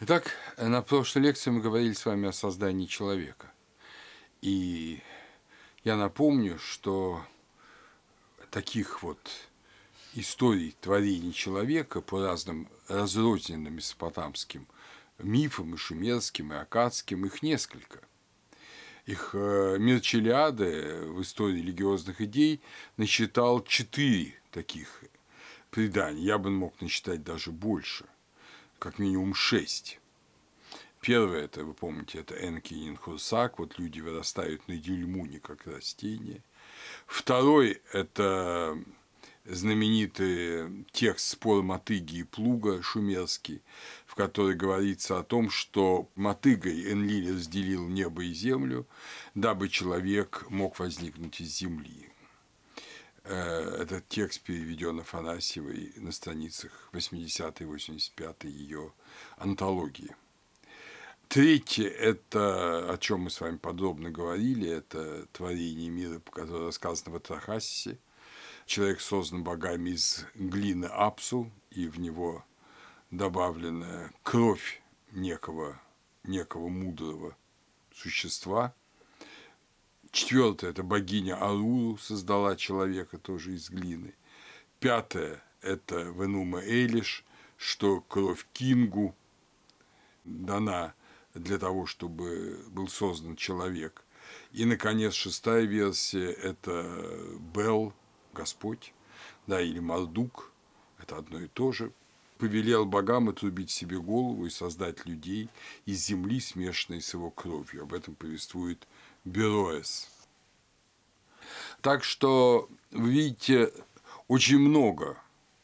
Итак, на прошлой лекции мы говорили с вами о создании человека. И я напомню, что таких вот историй творения человека по разным разрозненным месопотамским мифам, и шумерским, и аккадским, их несколько. Их мир Челиады в истории религиозных идей насчитал 4 таких предания. Я бы мог насчитать даже больше, как минимум 6. Первое, это, вы помните, это Энки и Нинхурсак, вот люди вырастают на Дюльмуне как растения. Второй, это знаменитый текст «Спор мотыги и плуга» шумерский, в который говорится о том, что мотыгой Энлиль разделил небо и землю, дабы человек мог возникнуть из земли. Этот текст переведен Афанасьевой на страницах 80-85 ее антологии. Третье – это, о чем мы с вами подробно говорили, это творение мира, которое рассказано в Атрахасисе. Человек создан богами из глины Апсу, и в него добавлена кровь некого мудрого существа. Четвертое – это богиня Аруру создала человека тоже из глины. Пятое – это Венума Элиш, что кровь Кингу дана для того, чтобы был создан человек. И, наконец, шестая версия – это Бел, Господь, да, или Мардук, это одно и то же, повелел богам отрубить себе голову и создать людей из земли, смешанной с его кровью. Об этом повествует Бероэс. Так что, вы видите, очень много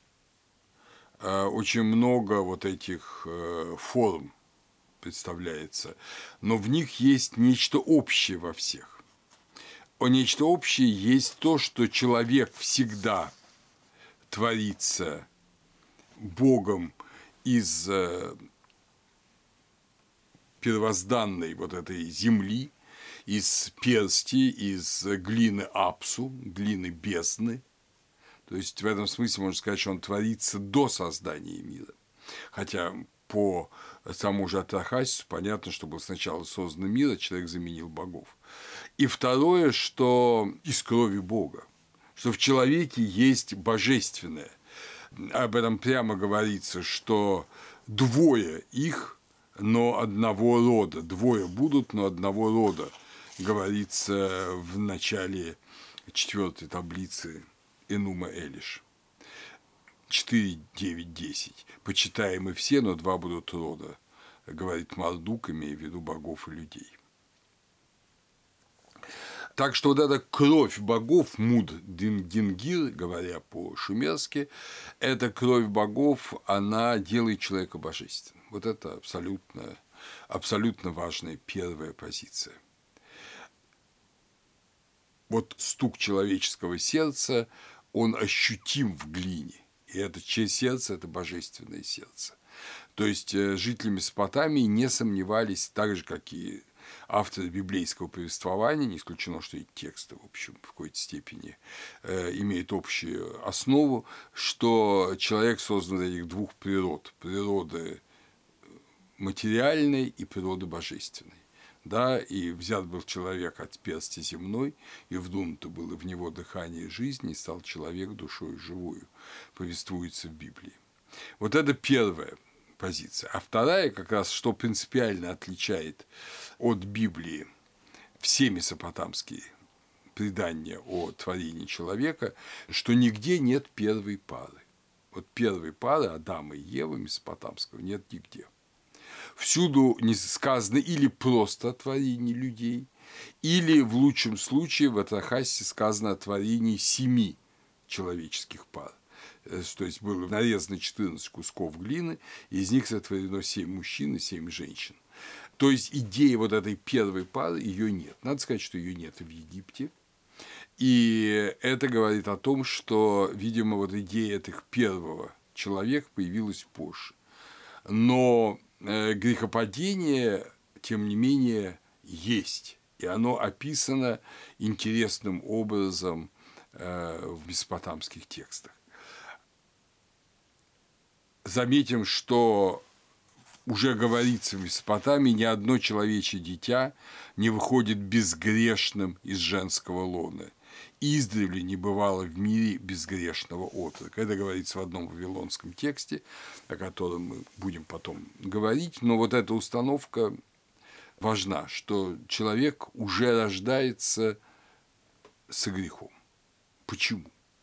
вот этих форм представляется, но в них есть нечто общее во всех. Нечто общее есть то, что человек всегда творится Богом из первозданной вот этой земли, из персти, из глины Апсу, глины бездны. То есть в этом смысле можно сказать, что он творится до создания мира. Хотя по тому же Атрахасису понятно, что был сначала создан мир, а человек заменил богов. И второе, что из крови Бога, что в человеке есть божественное. Об этом прямо говорится, что двое их, но одного рода. Двое будут, но одного рода, говорится в начале 4-й таблицы Энума Элиш. 4, 9, 10. Почитаемы все, но 2 будут рода, говорит Мардук, имея в виду богов и людей. Так что вот эта кровь богов, Муд-Дингир, говоря по-шумерски, эта кровь богов, она делает человека божественным. Вот это абсолютно важная первая позиция. Вот стук человеческого сердца, он ощутим в глине. И это сердце – это божественное сердце. То есть жители Месопотамии не сомневались, так же, как и авторы библейского повествования, не исключено, что и тексты, в общем, в какой-то степени имеют общую основу, что человек создан из этих двух природ – природы материальной и природы божественной. Да, и взят был человек от персти земной, и вдунуто было в него дыхание жизни, и стал человек душою живою, повествуется в Библии. Вот это первая позиция. А вторая, как раз, что принципиально отличает от Библии все месопотамские предания о творении человека, что нигде нет первой пары. Вот первой пары Адама и Евы месопотамского нет нигде. Всюду не сказано или просто о творении людей, или в лучшем случае в Атрахасисе сказано о творении 7 человеческих пар. То есть было нарезано 14 кусков глины, и из них сотворено 7 мужчин и 7 женщин. То есть идея вот этой первой пары, ее нет. Надо сказать, что ее нет и в Египте. И это говорит о том, что, видимо, вот идея этих первого человека появилась позже. Но грехопадение, тем не менее, есть, и оно описано интересным образом в месопотамских текстах. Заметим, что уже говорится в Месопотамии, ни одно человечье дитя не выходит безгрешным из женского лона. Издревле не бывало в мире безгрешного отрока. Это говорится в одном вавилонском тексте, о котором мы будем потом говорить. Но вот эта установка важна, что человек уже рождается со грехом. Почему?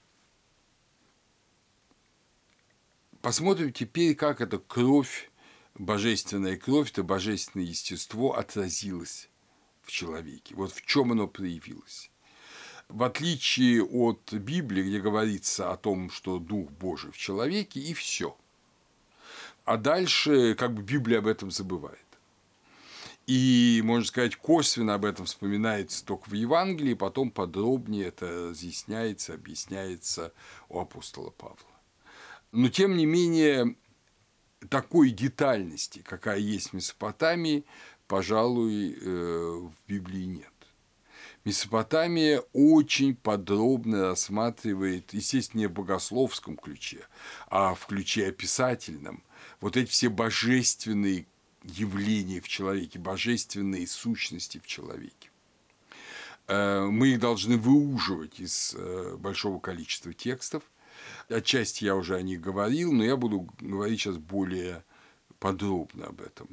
Посмотрим теперь, как эта кровь, божественная кровь, это божественное естество отразилось в человеке. Вот в чем оно проявилось. В отличие от Библии, где говорится о том, что Дух Божий в человеке, и все. А дальше как бы Библия об этом забывает. И, можно сказать, косвенно об этом вспоминается только в Евангелии, потом подробнее это разъясняется, объясняется у апостола Павла. Но, тем не менее, такой детальности, какая есть в Месопотамии, пожалуй, в Библии нет. Месопотамия очень подробно рассматривает, естественно, не в богословском ключе, а в ключе описательном, вот эти все божественные явления в человеке, божественные сущности в человеке. Мы их должны выуживать из большого количества текстов. Отчасти я уже о них говорил, но я буду говорить сейчас более подробно об этом.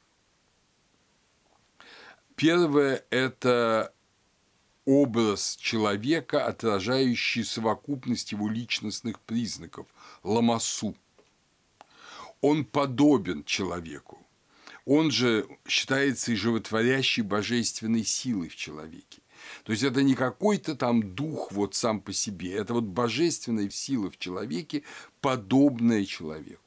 Первое – это образ человека, отражающий совокупность его личностных признаков – ламасу. Он подобен человеку. Он же считается и животворящей божественной силой в человеке. То есть это не какой-то там дух вот сам по себе, это вот божественная сила в человеке, подобная человеку.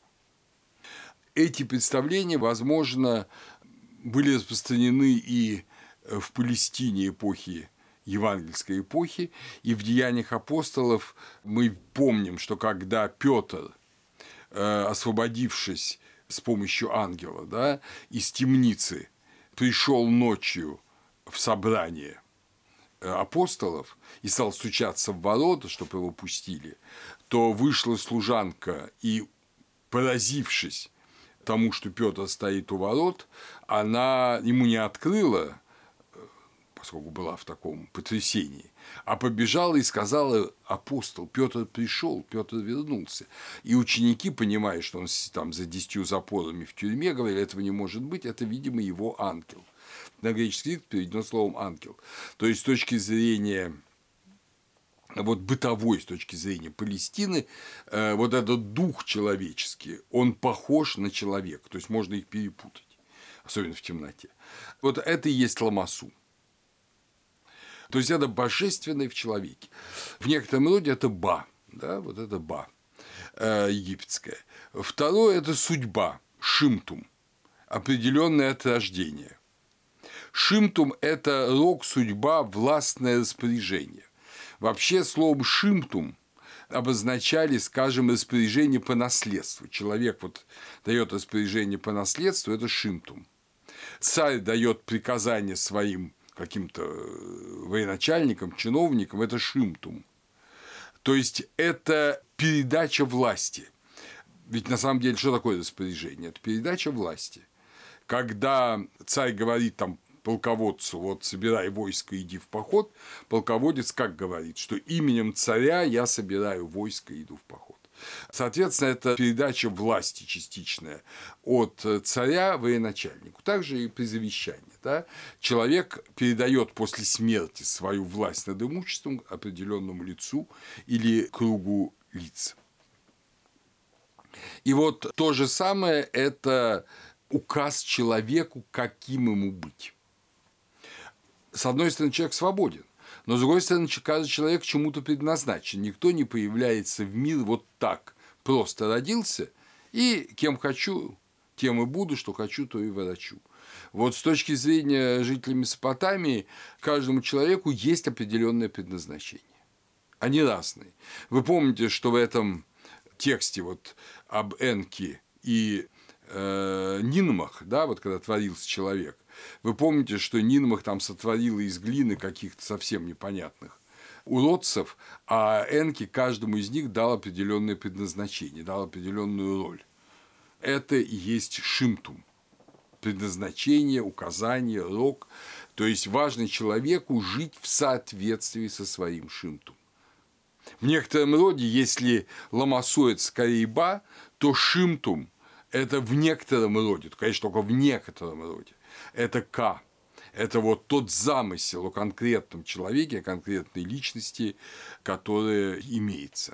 Эти представления, возможно, были распространены и в Палестине эпохи, евангельской эпохи, и в Деяниях апостолов мы помним, что когда Петр, освободившись с помощью ангела, да, из темницы, пришел ночью в собрание апостолов и стал стучаться в ворота, чтобы его пустили, то вышла служанка и, поразившись тому, что Петр стоит у ворот, она ему не открыла, поскольку была в таком потрясении, а побежала и сказала: апостол, Петр пришел, Петр вернулся. И ученики, понимая, что он там за 10 запорами в тюрьме, говорили: этого не может быть, это, видимо, его ангел. На греческий язык переведено словом ангел. То есть, с точки зрения вот бытовой, с точки зрения Палестины, вот этот дух человеческий, он похож на человека, то есть можно их перепутать, особенно в темноте. Вот это и есть ламасу. То есть это божественное в человеке. В некотором роде это ба, да, вот это ба египетская. Второе – это судьба, шимтум, определенное от рождения. Шимтум – это рок, судьба, властное распоряжение. Вообще словом шимтум обозначали, скажем, распоряжение по наследству. Человек вот дает распоряжение по наследству – это шимтум. Царь дает приказание своим каким-то военачальникам, чиновникам – это шимтум. То есть это передача власти. Ведь на самом деле что такое распоряжение? Это передача власти. Когда царь говорит там полководцу: вот собирай войско, иди в поход, полководец как говорит, что именем царя я собираю войско и иду в поход. Соответственно, это передача власти частичная от царя военачальнику. Также и при завещании. Да? Человек передает после смерти свою власть над имуществом определенному лицу или кругу лиц. И вот то же самое – это указ человеку, каким ему быть. С одной стороны, человек свободен, но с другой стороны, каждый человек чему-то предназначен. Никто не появляется в мир вот так. Просто родился, и кем хочу, тем и буду, что хочу, то и ворочу. Вот с точки зрения жителей Месопотамии, каждому человеку есть определенное предназначение. Они разные. Вы помните, что в этом тексте вот об Энке и Нинмах, да, вот когда творился человек, вы помните, что Нинмах там сотворила из глины каких-то совсем непонятных уродцев, а Энке каждому из них дал определенное предназначение, дал определенную роль. Это и есть шимтум. предназначение, указание, рог. То есть важно человеку жить в соответствии со своим шимтум. В некотором роде, если ламасо – это скорее ба, то шимтум – это в некотором роде, конечно, только в некотором роде, это ка. Это вот тот замысел о конкретном человеке, о конкретной личности, которая имеется.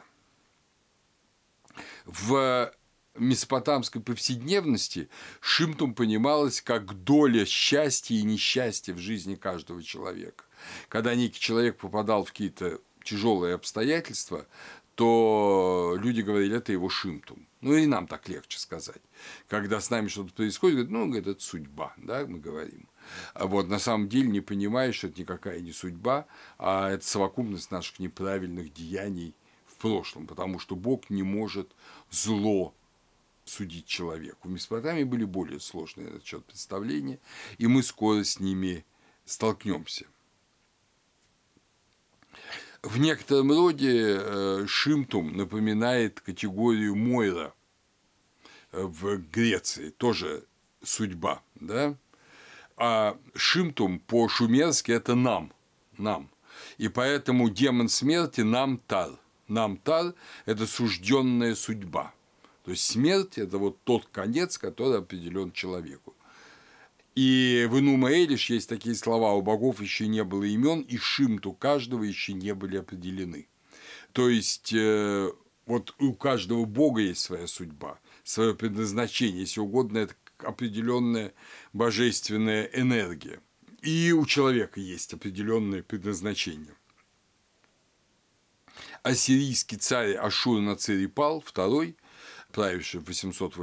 В месопотамской повседневности шимтум понималось как доля счастья и несчастья в жизни каждого человека. Когда некий человек попадал в какие-то тяжелые обстоятельства, то люди говорили, это его шимтум. Ну, и нам так легче сказать. Когда с нами что-то происходит, говорят, это судьба, да, мы говорим. А вот на самом деле не понимаешь, что это никакая не судьба, а это совокупность наших неправильных деяний в прошлом, потому что Бог не может зло судить человеку. В Месопотамии были более сложные на этот счет представления, и мы скоро с ними столкнемся. В некотором роде шимтум напоминает категорию Мойра в Греции, тоже судьба, да? А шимтум по-шумерски – это нам. И поэтому демон смерти – намтар. Намтар – это сужденная судьба. То есть смерть – это вот тот конец, который определен человеку. И в Энума Элиш есть такие слова: у богов еще не было имен, и шимту каждого еще не были определены. То есть вот у каждого бога есть своя судьба, свое предназначение, если угодно, это определенная божественная энергия. И у человека есть определенное предназначение. Ассирийский царь Ашур-Нацир-Ипал II, правивший в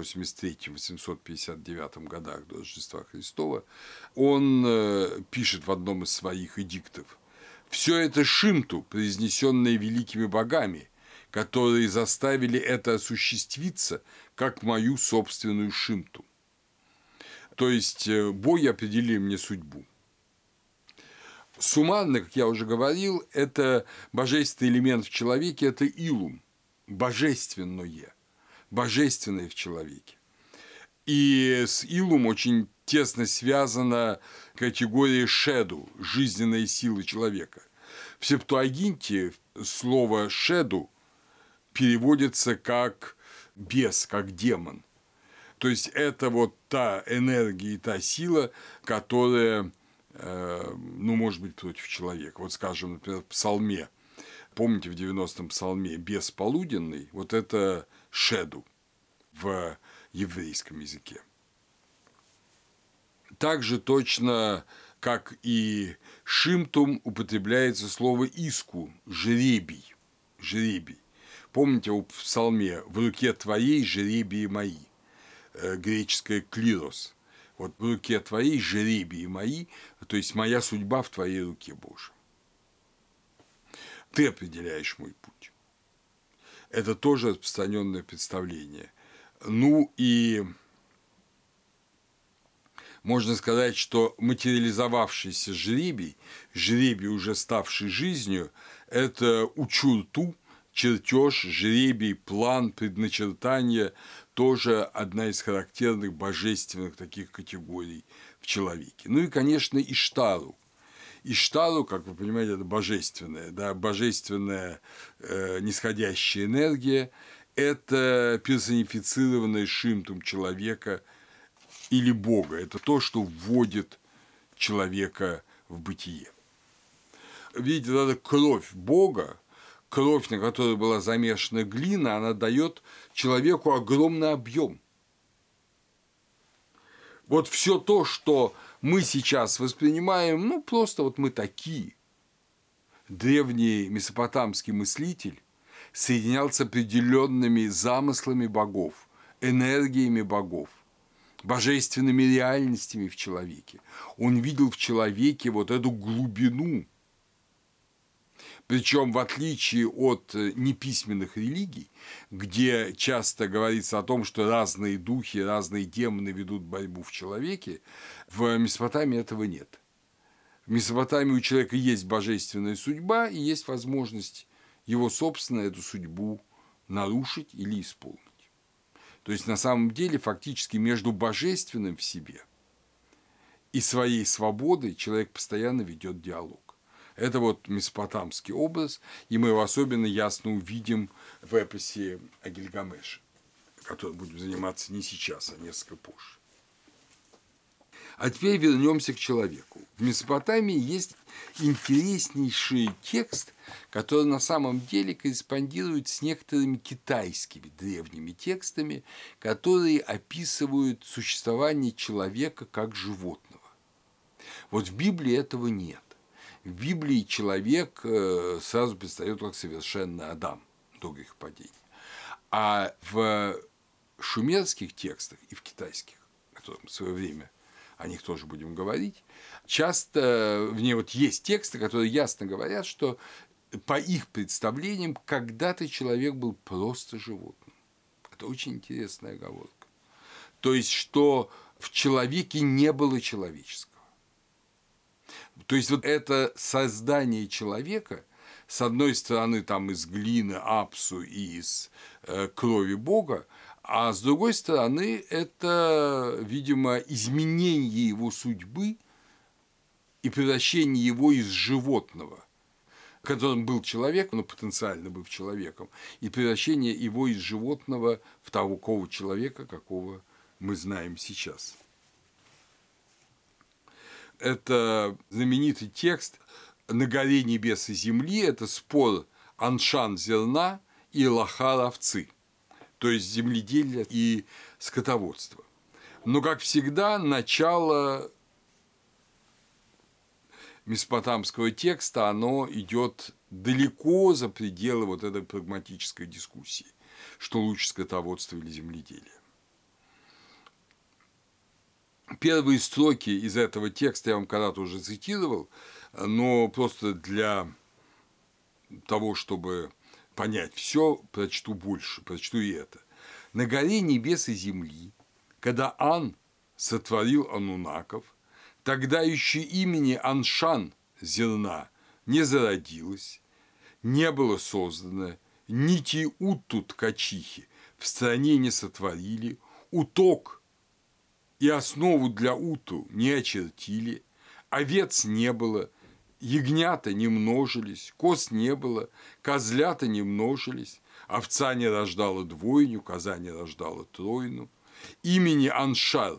883-859 годах до Рождества Христова, он пишет в одном из своих эдиктов: «Все это шимту, произнесенное великими богами, которые заставили это осуществиться, как мою собственную шимту». То есть боги определили мне судьбу. Суммарно, как я уже говорил, это божественный элемент в человеке – это илум, божественное в человеке. И с илум очень тесно связана категория шеду – жизненная сила человека. В Септуагинте слово шеду переводится как бес, как демон. То есть это вот та энергия и та сила, которая, может быть, против человека. Вот, скажем, например, в псалме, помните, в 90-м псалме «Бес полуденный», вот это шеду в еврейском языке. Также точно, как и шимтум, употребляется слово иску – жребий. Помните, в псалме «В руке твоей жребии мои», греческое клирос. Вот в руке твоей жребии мои, то есть моя судьба в твоей руке, Боже. Ты определяешь мой путь. Это тоже распространенное представление. Ну и можно сказать, что материализовавшийся жребий, уже ставший жизнью, это учурту, чертеж, жребий, план, предначертание, тоже одна из характерных божественных таких категорий в человеке. Ну и, конечно, Иштару. Иштару, как вы понимаете, это божественная, божественная нисходящая энергия, это персонифицированное шимтум человека или Бога. Это то, что вводит человека в бытие. Видите, эта кровь Бога, кровь, на которой была замешана глина, она дает человеку огромный объем. Вот все то, что мы сейчас воспринимаем, просто вот мы такие. Древний месопотамский мыслитель соединял с определенными замыслами богов, энергиями богов, божественными реальностями в человеке. Он видел в человеке вот эту глубину. Причем, в отличие от неписьменных религий, где часто говорится о том, что разные духи, разные демоны ведут борьбу в человеке, в Месопотамии этого нет. В Месопотамии у человека есть божественная судьба и есть возможность его собственно эту судьбу нарушить или исполнить. То есть, на самом деле, фактически между божественным в себе и своей свободой человек постоянно ведет диалог. Это вот месопотамский образ, и мы его особенно ясно увидим в эпосе о Гильгамеше, которым будем заниматься не сейчас, а несколько позже. А теперь вернемся к человеку. В Месопотамии есть интереснейший текст, который на самом деле корреспондирует с некоторыми китайскими древними текстами, которые описывают существование человека как животного. Вот в Библии этого нет. В Библии человек сразу предстает как совершенный Адам до грехопадения. А в шумерских текстах и в китайских, которые в свое время о них тоже будем говорить, часто в ней вот есть тексты, которые ясно говорят, что по их представлениям когда-то человек был просто животным. Это очень интересная оговорка. То есть, что в человеке не было человеческого. То есть, вот это создание человека, с одной стороны, там из глины Апсу и из крови Бога, а с другой стороны, это, видимо, изменение его судьбы и превращение его из животного, которым был человек, но потенциально был человеком, и превращение его из животного в такого человека, какого мы знаем сейчас. Это знаменитый текст «На горе небес и земли» – это спор Аншан зерна и Лахар овцы, то есть земледелия и скотоводства. Но, как всегда, начало месопотамского текста, оно идет далеко за пределы вот этой прагматической дискуссии, что лучше скотоводство или земледелие. Первые строки из этого текста я вам когда-то уже цитировал, но просто для того, чтобы понять все, прочту больше, прочту и это. «На горе небес и земли, когда Ан сотворил анунаков, тогда еще имени Аншан зерна не зародилось, не было создано, нити Уту ткачихи в стране не сотворили, уток и основу для Уту не очертили, овец не было, ягнята не множились, коз не было, козлята не множились, овца не рождала двойню, коза не рождала тройну, имени Аншар,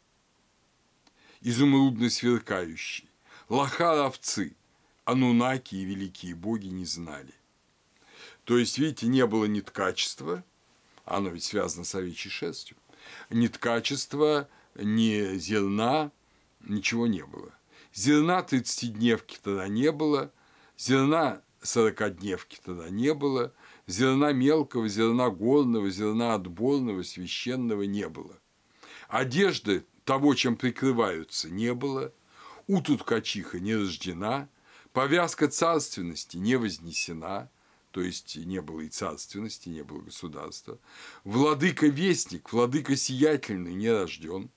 изумрудно сверкающий, Лахар овцы, анунаки и великие боги не знали». То есть, видите, не было ни ткачества, оно ведь связано с овечьей шерстью, ни ткачества, ни зерна, ничего не было. Зерна 30-дневки тогда не было, зерна 40-дневки тогда не было, зерна мелкого, зерна горного, зерна отборного, священного не было. Одежды того, чем прикрываются, не было, Уту ткачиха не рождена, повязка царственности не вознесена, то есть не было и царственности, не было государства, владыка-вестник, владыка сиятельный не рожден,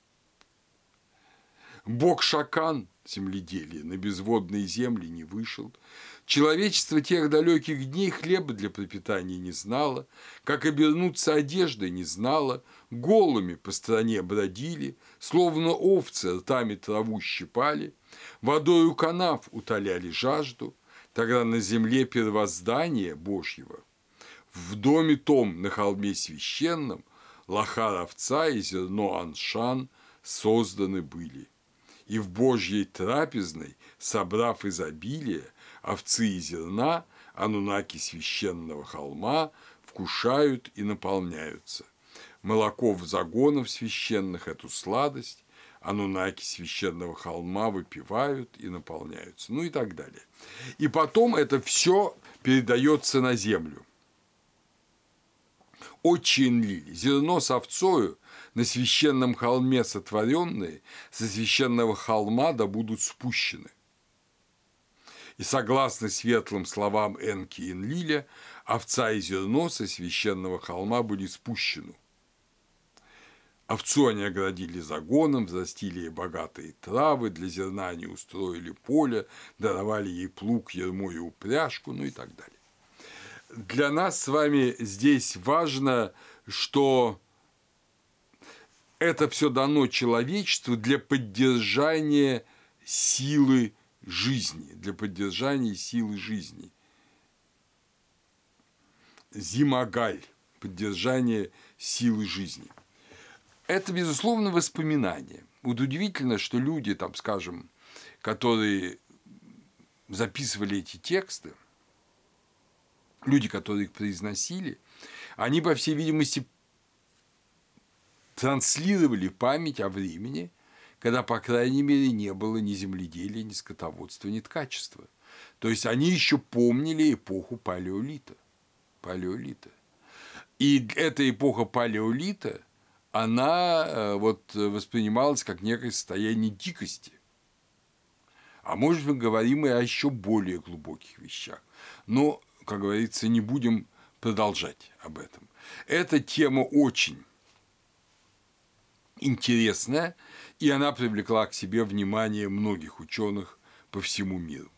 Бог Шакан, земледелие, на безводные земли не вышел, человечество тех далеких дней хлеба для пропитания не знало, как обернуться одеждой не знало, голыми по стране бродили, словно овцы ртами траву щипали, водою канав утоляли жажду, тогда на земле первоздания Божьего, в доме том на холме священном, Лахар овца и зерно Аншан созданы были. И в Божьей трапезной, собрав изобилие, овцы и зерна, анунаки священного холма вкушают и наполняются. Молоков загонов священных эту сладость, анунаки священного холма выпивают и наполняются, ну и так далее. И потом это все передается на землю. Отче Энлиль, зерно с овцою на священном холме сотворенные, со священного холма да будут спущены. И согласно светлым словам Энки и Энлиля, овца и зерно со священного холма были спущены. Овцу они оградили загоном, взрастили ей богатые травы, для зерна они устроили поле, даровали ей плуг, ярмо и упряжку, ну и так далее. Для нас с вами здесь важно, что это все дано человечеству для поддержания силы жизни, для поддержания силы жизни. Зимагаль, поддержание силы жизни. Это, безусловно, воспоминание. Вот удивительно, что люди, там, скажем, которые записывали эти тексты, люди, которые их произносили, они, по всей видимости, транслировали память о времени, когда, по крайней мере, не было ни земледелия, ни скотоводства, ни ткачества. То есть они еще помнили эпоху палеолита. И эта эпоха палеолита, она вот воспринималась как некое состояние дикости. А может, мы говорим и о еще более глубоких вещах. Но, как говорится, не будем продолжать об этом. Эта тема очень интересная, и она привлекла к себе внимание многих ученых по всему миру.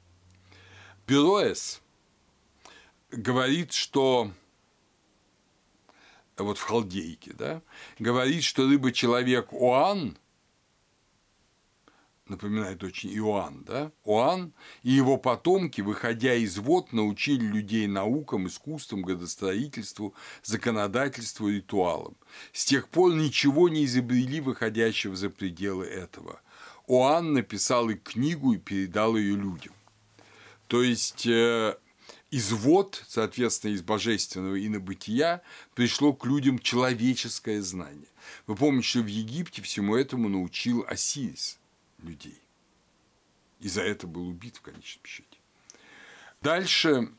Бероэс говорит, что вот в халдейке, да, говорит, что рыба-человек Оан, напоминает очень Иоанн, да, Оан и его потомки, выходя из вод, научили людей наукам, искусствам, градостроительству, законодательству, ритуалам. С тех пор ничего не изобрели, выходящего за пределы этого. Оан написал и книгу, и передал ее людям. То есть из вод, соответственно, из божественного инобытия пришло к людям человеческое знание. Вы помните, что в Египте всему этому научил Осирис людей. И за это был убит в конечном счете. Дальше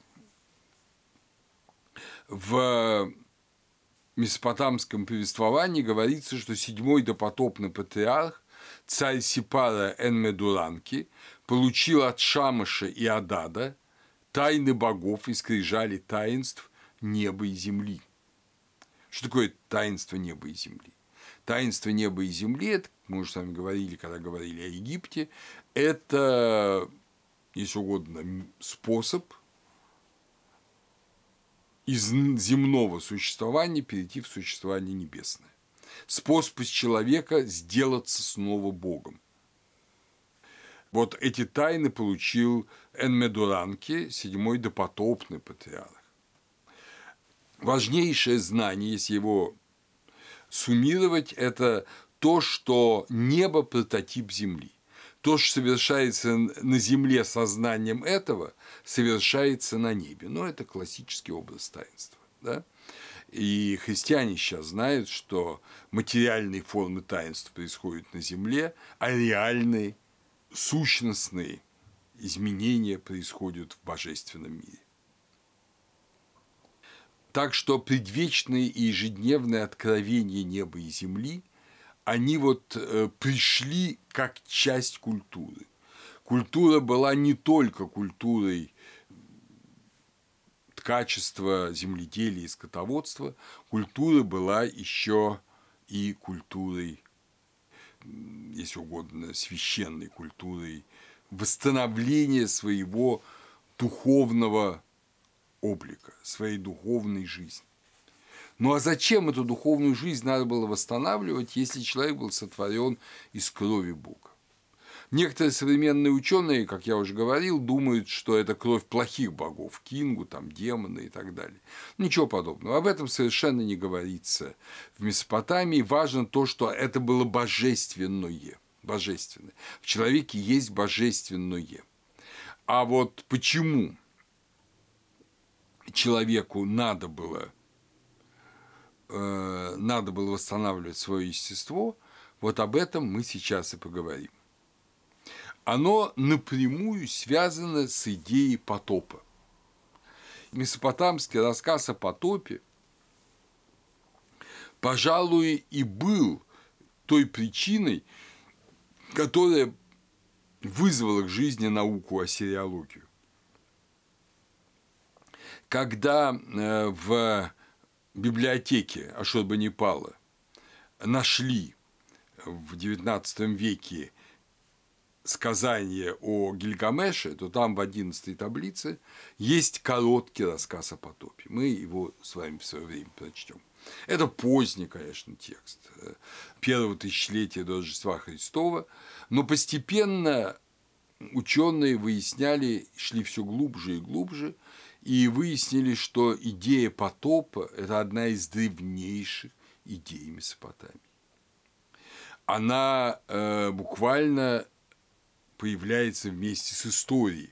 в месопотамском повествовании говорится, что 7-й допотопный патриарх, царь Сипара Энмедуранки, получил от Шамаша и Адада тайны богов и скрижали таинств неба и земли. Что такое таинство неба и земли? Таинство неба и земли, это, мы уже с вами говорили, когда говорили о Египте, это, если угодно, способ из земного существования перейти в существование небесное. Способ из человека сделаться снова Богом. Вот эти тайны получил Энмедуранки, 7-й допотопный патриарх. Важнейшее знание, если его суммировать, это то, что небо – прототип Земли. То, что совершается на Земле сознанием этого, совершается на небе. Но это классический образ таинства. Да? И христиане сейчас знают, что материальные формы таинств происходят на Земле, а реальные, сущностные изменения происходят в божественном мире. Так что предвечные и ежедневные откровения неба и земли, они вот пришли как часть культуры. Культура была не только культурой ткачества, земледелия и скотоводства, культура была еще и культурой, если угодно, священной культурой восстановления своего духовного облика, своей духовной жизни. Ну а зачем эту духовную жизнь надо было восстанавливать, если человек был сотворен из крови Бога? Некоторые современные ученые, как я уже говорил, думают, что это кровь плохих богов, Кингу, там, демоны и так далее. Ничего подобного. Об этом совершенно не говорится в Месопотамии. Важно то, что это было божественное. Божественное. В человеке есть божественное. А вот почему человеку надо было восстанавливать свое естество, вот об этом мы сейчас и поговорим. Оно напрямую связано с идеей потопа. Месопотамский рассказ о потопе, пожалуй, и был той причиной, которая вызвала к жизни науку ассириологию. Когда в библиотеке Ашурбанипала нашли в XIX веке сказание о Гильгамеше, то там в 11-й таблице есть короткий рассказ о потопе. Мы его с вами в свое время прочтем. Это поздний, конечно, текст первого тысячелетия до Рождества Христова, но постепенно ученые выясняли, шли все глубже и глубже, и выяснили, что идея потопа – это одна из древнейших идей Месопотамии. Она буквально появляется вместе с историей.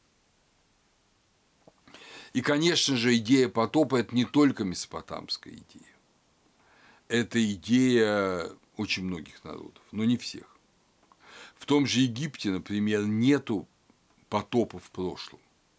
И, конечно же, идея потопа – это не только месопотамская идея. Это идея очень многих народов, но не всех. В том же Египте, например, нету потопа в прошлом.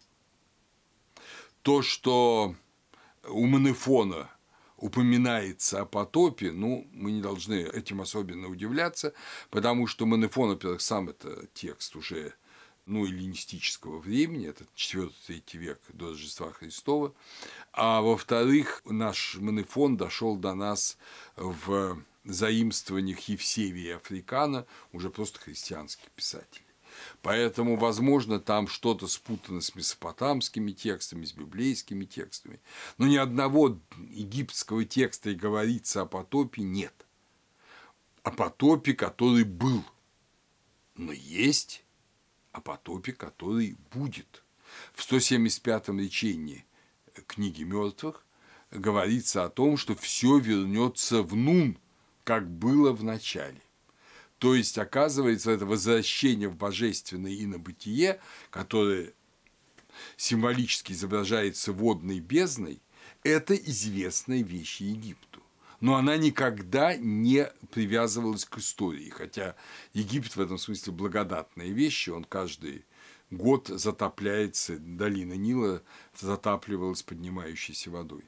То, что у Манефона упоминается о потопе, ну, мы не должны этим особенно удивляться, потому что Манефон, во-первых, сам это текст уже эллинистического времени, это 4-3 век до Рождества Христова, а во-вторых, наш Манефон дошел до нас в заимствованиях Евсевия и Африкана, уже просто христианских писателей. Поэтому, возможно, там что-то спутано с месопотамскими текстами, с библейскими текстами, но ни одного египетского текста и говорится о потопе нет. О потопе, который был, но есть о потопе, который будет. В 175-м речении книги мертвых говорится о том, что все вернется в Нун, как было в начале. То есть, оказывается, это возвращение в божественное инобытие, которое символически изображается водной бездной, это известная вещь Египту. Но она никогда не привязывалась к истории, хотя Египет в этом смысле благодатная вещь, он каждый год затопляется, долина Нила затапливалась поднимающейся водой.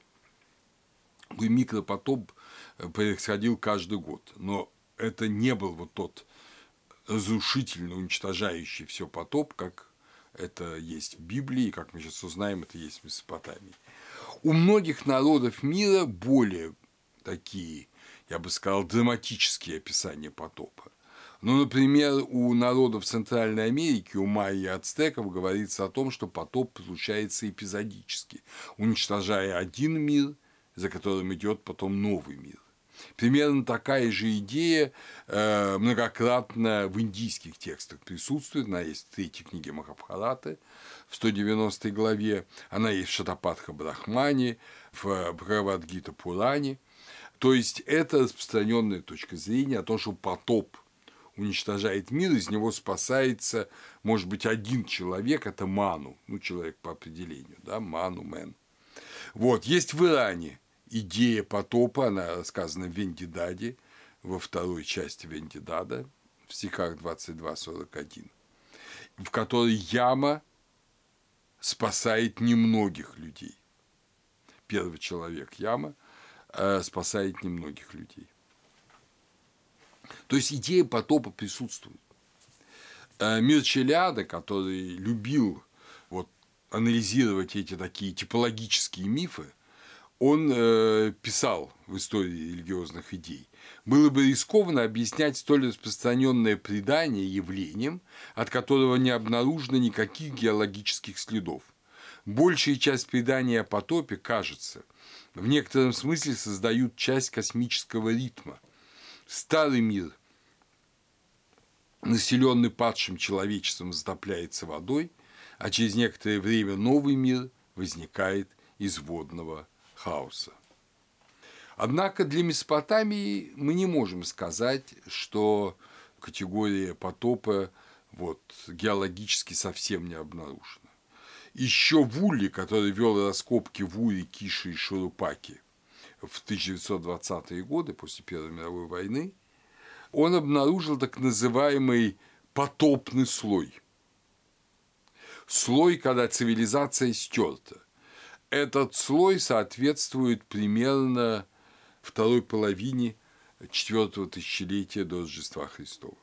И микропотоп происходил каждый год, но это не был вот тот разрушительно уничтожающий все потоп, как это есть в Библии, как мы сейчас узнаем, это есть в Месопотамии. У многих народов мира более такие, я бы сказал, драматические описания потопа. Ну, например, у народов Центральной Америки, у майя и ацтеков говорится о том, что потоп случается эпизодически, уничтожая один мир, за которым идет потом новый мир. Примерно такая же идея многократно в индийских текстах присутствует. Она есть в 3-й книге Махабхараты, в 190 главе, она есть в Шатапатха Брахмане, в Бхагавад-гита Пуране. То есть, это распространенная точка зрения о том, что потоп уничтожает мир, из него спасается, может быть, один человек, это Ману, человек по определению, да, Ману, Мен. Вот, есть в Иране идея потопа, она рассказана в Вендидаде, во 2-й части Вендидада, в стихах 22-41, в которой Яма спасает немногих людей. Первый человек Яма спасает немногих людей. То есть идея потопа присутствует. Мирчелиада, который любил анализировать эти такие типологические мифы, он писал в истории религиозных идей: было бы рискованно объяснять столь распространенное предание явлением, от которого не обнаружено никаких геологических следов. Большая часть преданий о потопе, кажется, в некотором смысле создают часть космического ритма. Старый мир, населенный падшим человечеством, затопляется водой, а через некоторое время новый мир возникает из водного хаоса. Однако для Месопотамии мы не можем сказать, что категория потопа геологически совсем не обнаружена. Еще Вулли, который вел раскопки в Уре, Кише и Шурупаке в 1920-е годы, после Первой мировой войны, он обнаружил так называемый потопный слой. Слой, когда цивилизация стерта. Этот слой соответствует примерно второй половине 4-го тысячелетия до Рождества Христова.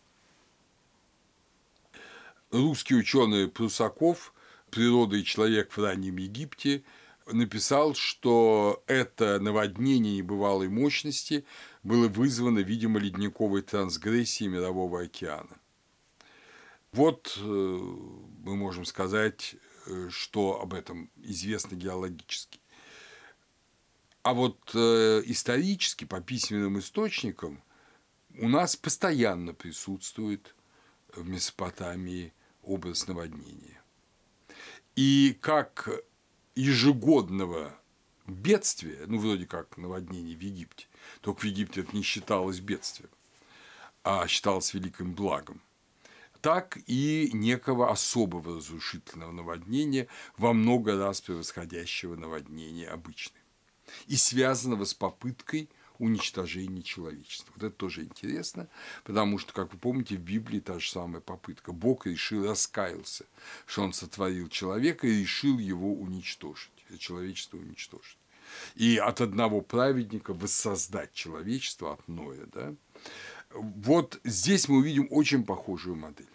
Русский ученый Прусаков «Природа и человек в раннем Египте» написал, что это наводнение небывалой мощности было вызвано, видимо, ледниковой трансгрессией Мирового океана. Вот мы можем сказать, что об этом известно геологически. А вот исторически, по письменным источникам, у нас постоянно присутствует в Месопотамии образ наводнения. И как ежегодного бедствия, ну, вроде как наводнение в Египте, только в Египте это не считалось бедствием, а считалось великим благом, так и некого особого разрушительного наводнения, во много раз превосходящего наводнение обычное, и связанного с попыткой уничтожения человечества. Вот это тоже интересно, потому что, как вы помните, в Библии та же самая попытка. Бог раскаялся, что он сотворил человека и решил его уничтожить, человечество уничтожить. И от одного праведника воссоздать человечество от Ноя. Да? Вот здесь мы увидим очень похожую модель.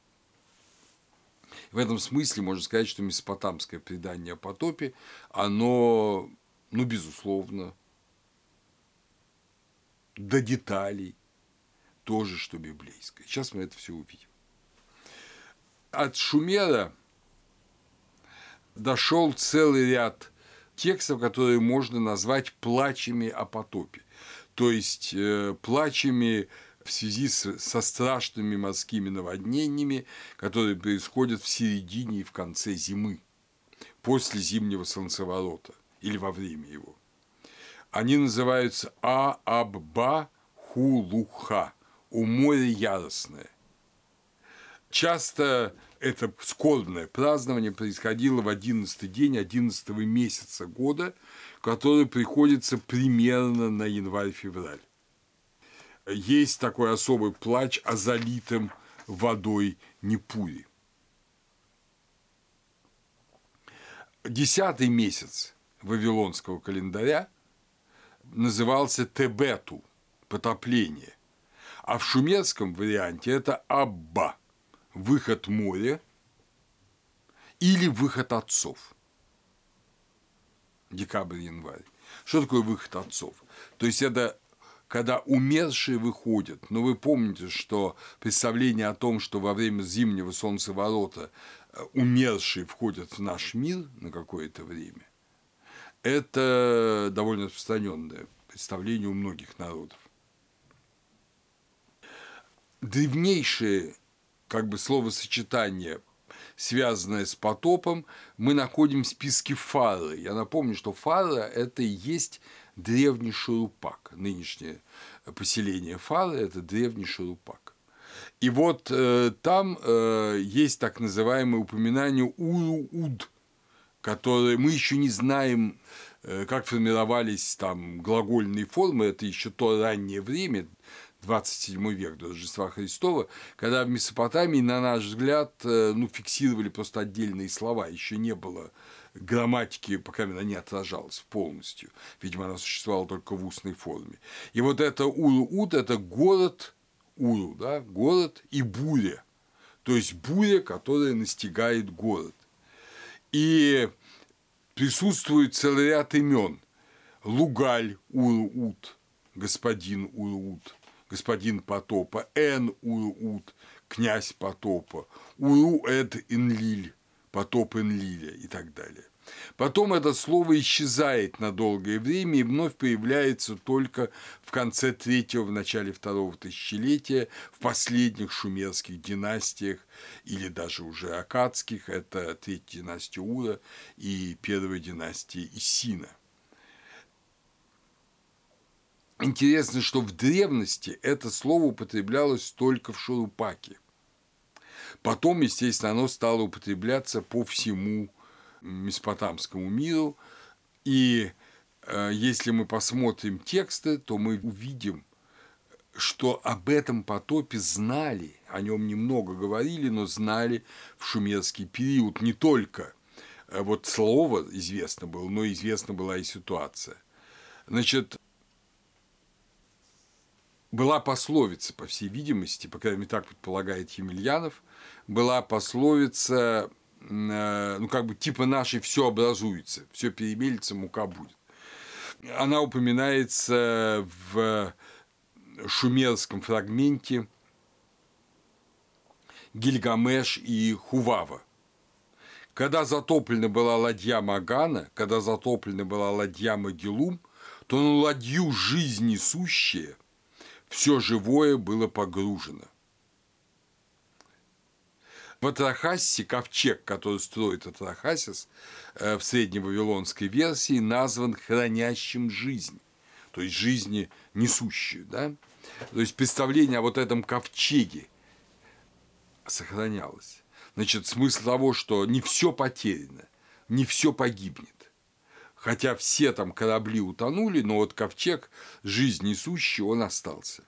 В этом смысле можно сказать, что месопотамское предание о потопе, оно, ну, безусловно, до деталей тоже, что библейское. Сейчас мы это все увидим. От Шумера дошел целый ряд текстов, которые можно назвать плачами о потопе. То есть плачами в связи со страшными морскими наводнениями, которые происходят в середине и в конце зимы, после зимнего солнцеворота или во время его. Они называются А-Абба Хулуха, «О море яростное». Часто это скорбное празднование происходило в 11-й день 11-го месяца года, который приходится примерно на январь-февраль. Есть такой особый плач о залитом водой Непуре. 10-й месяц вавилонского календаря назывался Тебету – потопление, а в шумерском варианте это Абба – выход моря или выход отцов. Декабрь-январь. Что такое выход отцов? То есть это когда умершие выходят. Но вы помните, что представление о том, что во время зимнего солнцеворота умершие входят в наш мир на какое-то время, это довольно распространенное представление у многих народов. Древнейшее словосочетание, связанное с потопом, мы находим в списке Фары. Я напомню, что Фара – это и есть древний Шурупак. Нынешнее поселение Фары – это древний Шурупак. И вот там есть так называемое упоминание Уру-Уд, которые мы еще не знаем, как формировались там глагольные формы, это еще то раннее время, 27 век до Рождества Христова, когда в Месопотамии, на наш взгляд, фиксировали просто отдельные слова, еще не было грамматики, по крайней мере, она не отражалась полностью, видимо, она существовала только в устной форме. И вот это Уру-Уд – это город, Уру, да, город и буря, то есть буря, которая настигает город. И присутствует целый ряд имен: Лугаль Уру-Уд, господин Уру-Уд, господин потопа, Эн Уру-Уд, князь потопа, Уру-Эд-Энлиль, потоп Энлиля и так далее. Потом это слово исчезает на долгое время и вновь появляется только в конце 3-го, в начале 2-го тысячелетия, в последних шумерских династиях или даже уже аккадских, это 3-я династия Ура и 1-я династия Исина. Интересно, что в древности это слово употреблялось только в Шурупаке. Потом, естественно, оно стало употребляться по всему месопотамскому миру, и если мы посмотрим тексты, то мы увидим, что об этом потопе знали, о нем немного говорили, но знали в шумерский период. Не только вот слово известно было, но известна была и ситуация. Значит, была пословица, по всей видимости, по крайней мере, так предполагает Емельянов, была пословица, типа нашей «все образуется», «все перемелится, мука будет». Она упоминается в шумерском фрагменте Гильгамеш и Хувава. Когда затоплена была ладья Магана, когда затоплена была ладья Магеллум, то на ладью жизнь несущее все живое было погружено. В Атрахасисе ковчег, который строит Атрахасис в средневавилонской версии, назван хранящим жизнь, то есть жизни несущую. Да? То есть представление о вот этом ковчеге сохранялось. Значит, смысл того, что не все потеряно, не все погибнет. Хотя все там корабли утонули, но вот ковчег, жизнь несущий, он остался.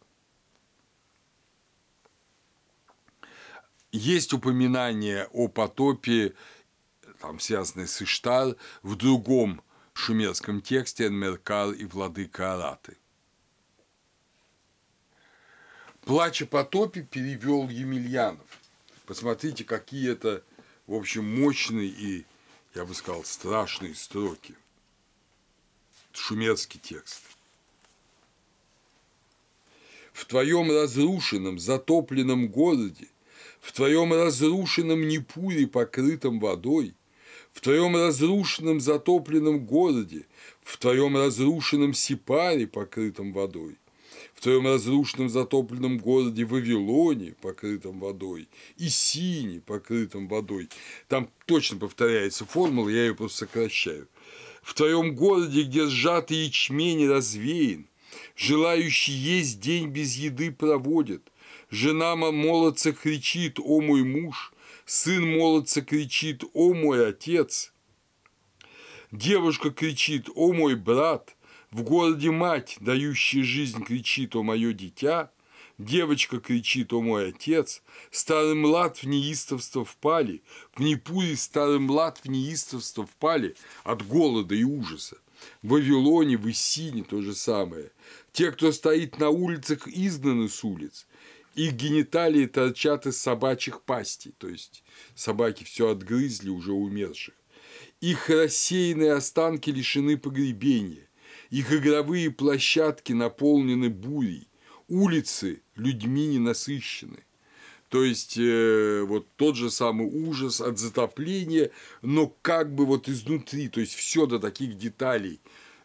Есть упоминание о потопе, там, связанное с Иштар, в другом шумерском тексте «Энмеркар и владыка Араты». «Плач о потопе» перевел Емельянов. Посмотрите, какие это, в общем, мощные и, я бы сказал, страшные строки. Шумерский текст. «В твоем разрушенном, затопленном городе, в твоем разрушенном Непуре, покрытом водой, в твоем разрушенном затопленном городе, в твоем разрушенном Сипаре, покрытом водой, в твоем разрушенном затопленном городе Вавилоне, покрытом водой, и Сине, покрытом водой». Там точно повторяется формула, я ее просто сокращаю. «В твоем городе, где сжатый ячмень развеян, желающий есть день без еды проводят, жена молодца кричит: о мой муж, сын молодца кричит: о мой отец, девушка кричит: о мой брат, в городе мать, дающая жизнь, кричит: о мое дитя, девочка кричит: о мой отец, старый млад в неистовство впали, в Непуре старый млад в неистовство впали от голода и ужаса. В Вавилоне, в Иссине то же самое. Те, кто стоит на улицах, изгнаны с улиц. Их гениталии торчат из собачьих пастей, то есть собаки все отгрызли уже умерших. Их рассеянные останки лишены погребения. Их игровые площадки наполнены бурей. Улицы людьми не насыщены. То есть, вот тот же самый ужас от затопления, но как бы вот изнутри, то есть все до таких деталей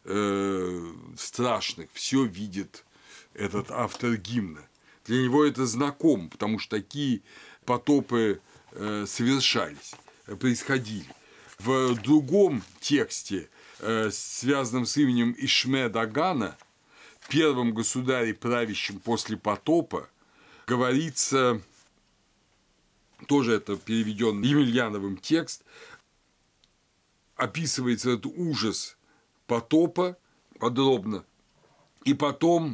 страшных, все видит этот автор гимна. Для него это знакомо, потому что такие потопы совершались, происходили. В другом тексте, связанном с именем Ишме Дагана, первом государе, правящем после потопа, говорится, тоже это переведен Емельяновым текст, описывается этот ужас потопа подробно, и потом,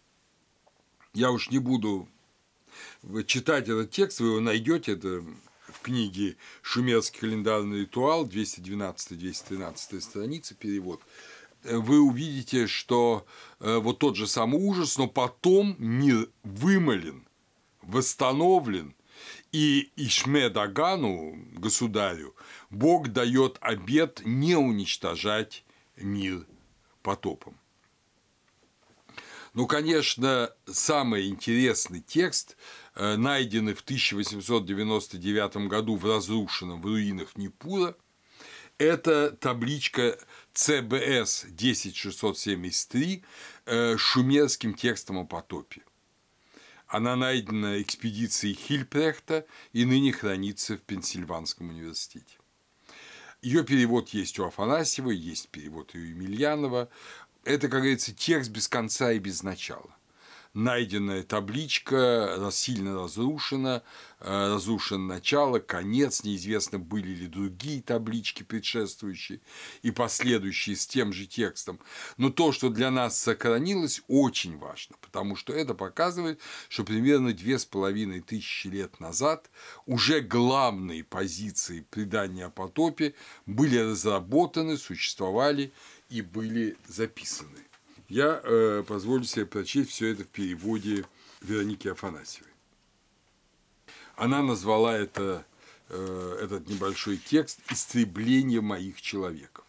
я уж не буду читать этот текст, вы его найдете, это в книге «Шумерский календарный ритуал», 212-213 страница, перевод, вы увидите, что вот тот же самый ужас, но потом мир вымолен, восстановлен, и Ишме Дагану, государю, Бог дает обет не уничтожать мир потопом. Ну, конечно, самый интересный текст, найденный в 1899 году в разрушенном в руинах Непура, это табличка ЦБС 10673 шумерским текстом о потопе. Она найдена экспедицией Хильпрехта и ныне хранится в Пенсильванском университете. Ее перевод есть у Афанасьева, есть перевод и у Емельянова. Это, как говорится, текст без конца и без начала. Найденная табличка сильно разрушена, разрушено начало, конец, неизвестно, были ли другие таблички предшествующие и последующие с тем же текстом. Но то, что для нас сохранилось, очень важно, потому что это показывает, что примерно 2500 лет назад уже главные позиции предания о потопе были разработаны, существовали и были записаны. Я позволю себе прочесть все это в переводе Вероники Афанасьевой. Она назвала этот небольшой текст «Истребление моих человеков».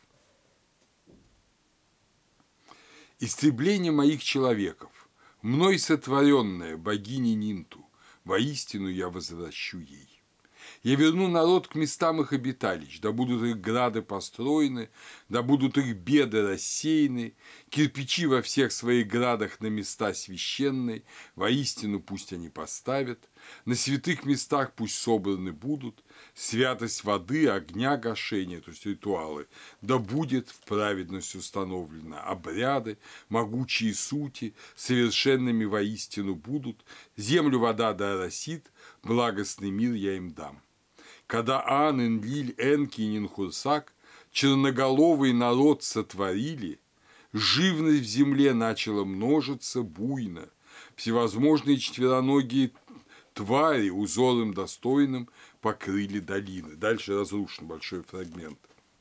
«Истребление моих человеков, мной сотворенная богиня Нинту, воистину я возвращу ей. Я верну народ к местам их обиталищ, да будут их грады построены, да будут их беды рассеяны, кирпичи во всех своих градах на места священные, воистину пусть они поставят, на святых местах пусть собраны будут, святость воды, огня гашения, то есть ритуалы, да будет в праведность установлена, обряды, могучие сути, совершенными воистину будут, землю вода да оросит, благостный мир я им дам. Когда Ан, Энлиль, Энки и Нинхурсак черноголовый народ сотворили, живность в земле начала множиться буйно, всевозможные четвероногие твари узором достойным покрыли долины. Дальше разрушен большой фрагмент.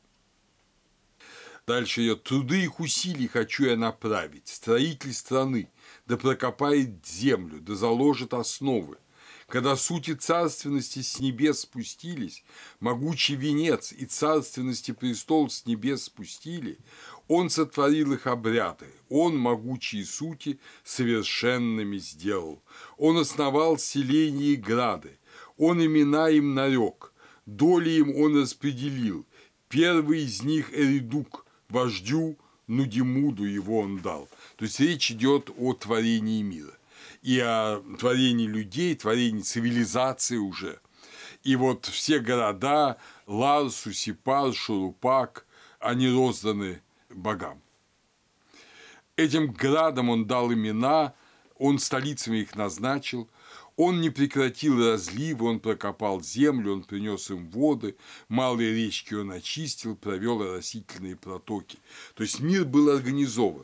Дальше ее труды их усилий хочу я направить, строитель страны, да прокопает землю, да заложит основы. Когда сути царственности с небес спустились, могучий венец и царственности престол с небес спустили, он сотворил их обряды, он могучие сути совершенными сделал, он основал селения и грады, он имена им нарек, доли им он распределил, первый из них Эридук, вождю Нудимуду его он дал. То есть речь идет о творении мира и о творении людей, творении цивилизации уже. И вот все города Ларсу, Сипар, Шурупак, они розданы богам. Этим градам он дал имена, он столицами их назначил, он не прекратил разливы, он прокопал землю, он принес им воды, малые речки он очистил, провел оросительные протоки. То есть мир был организован.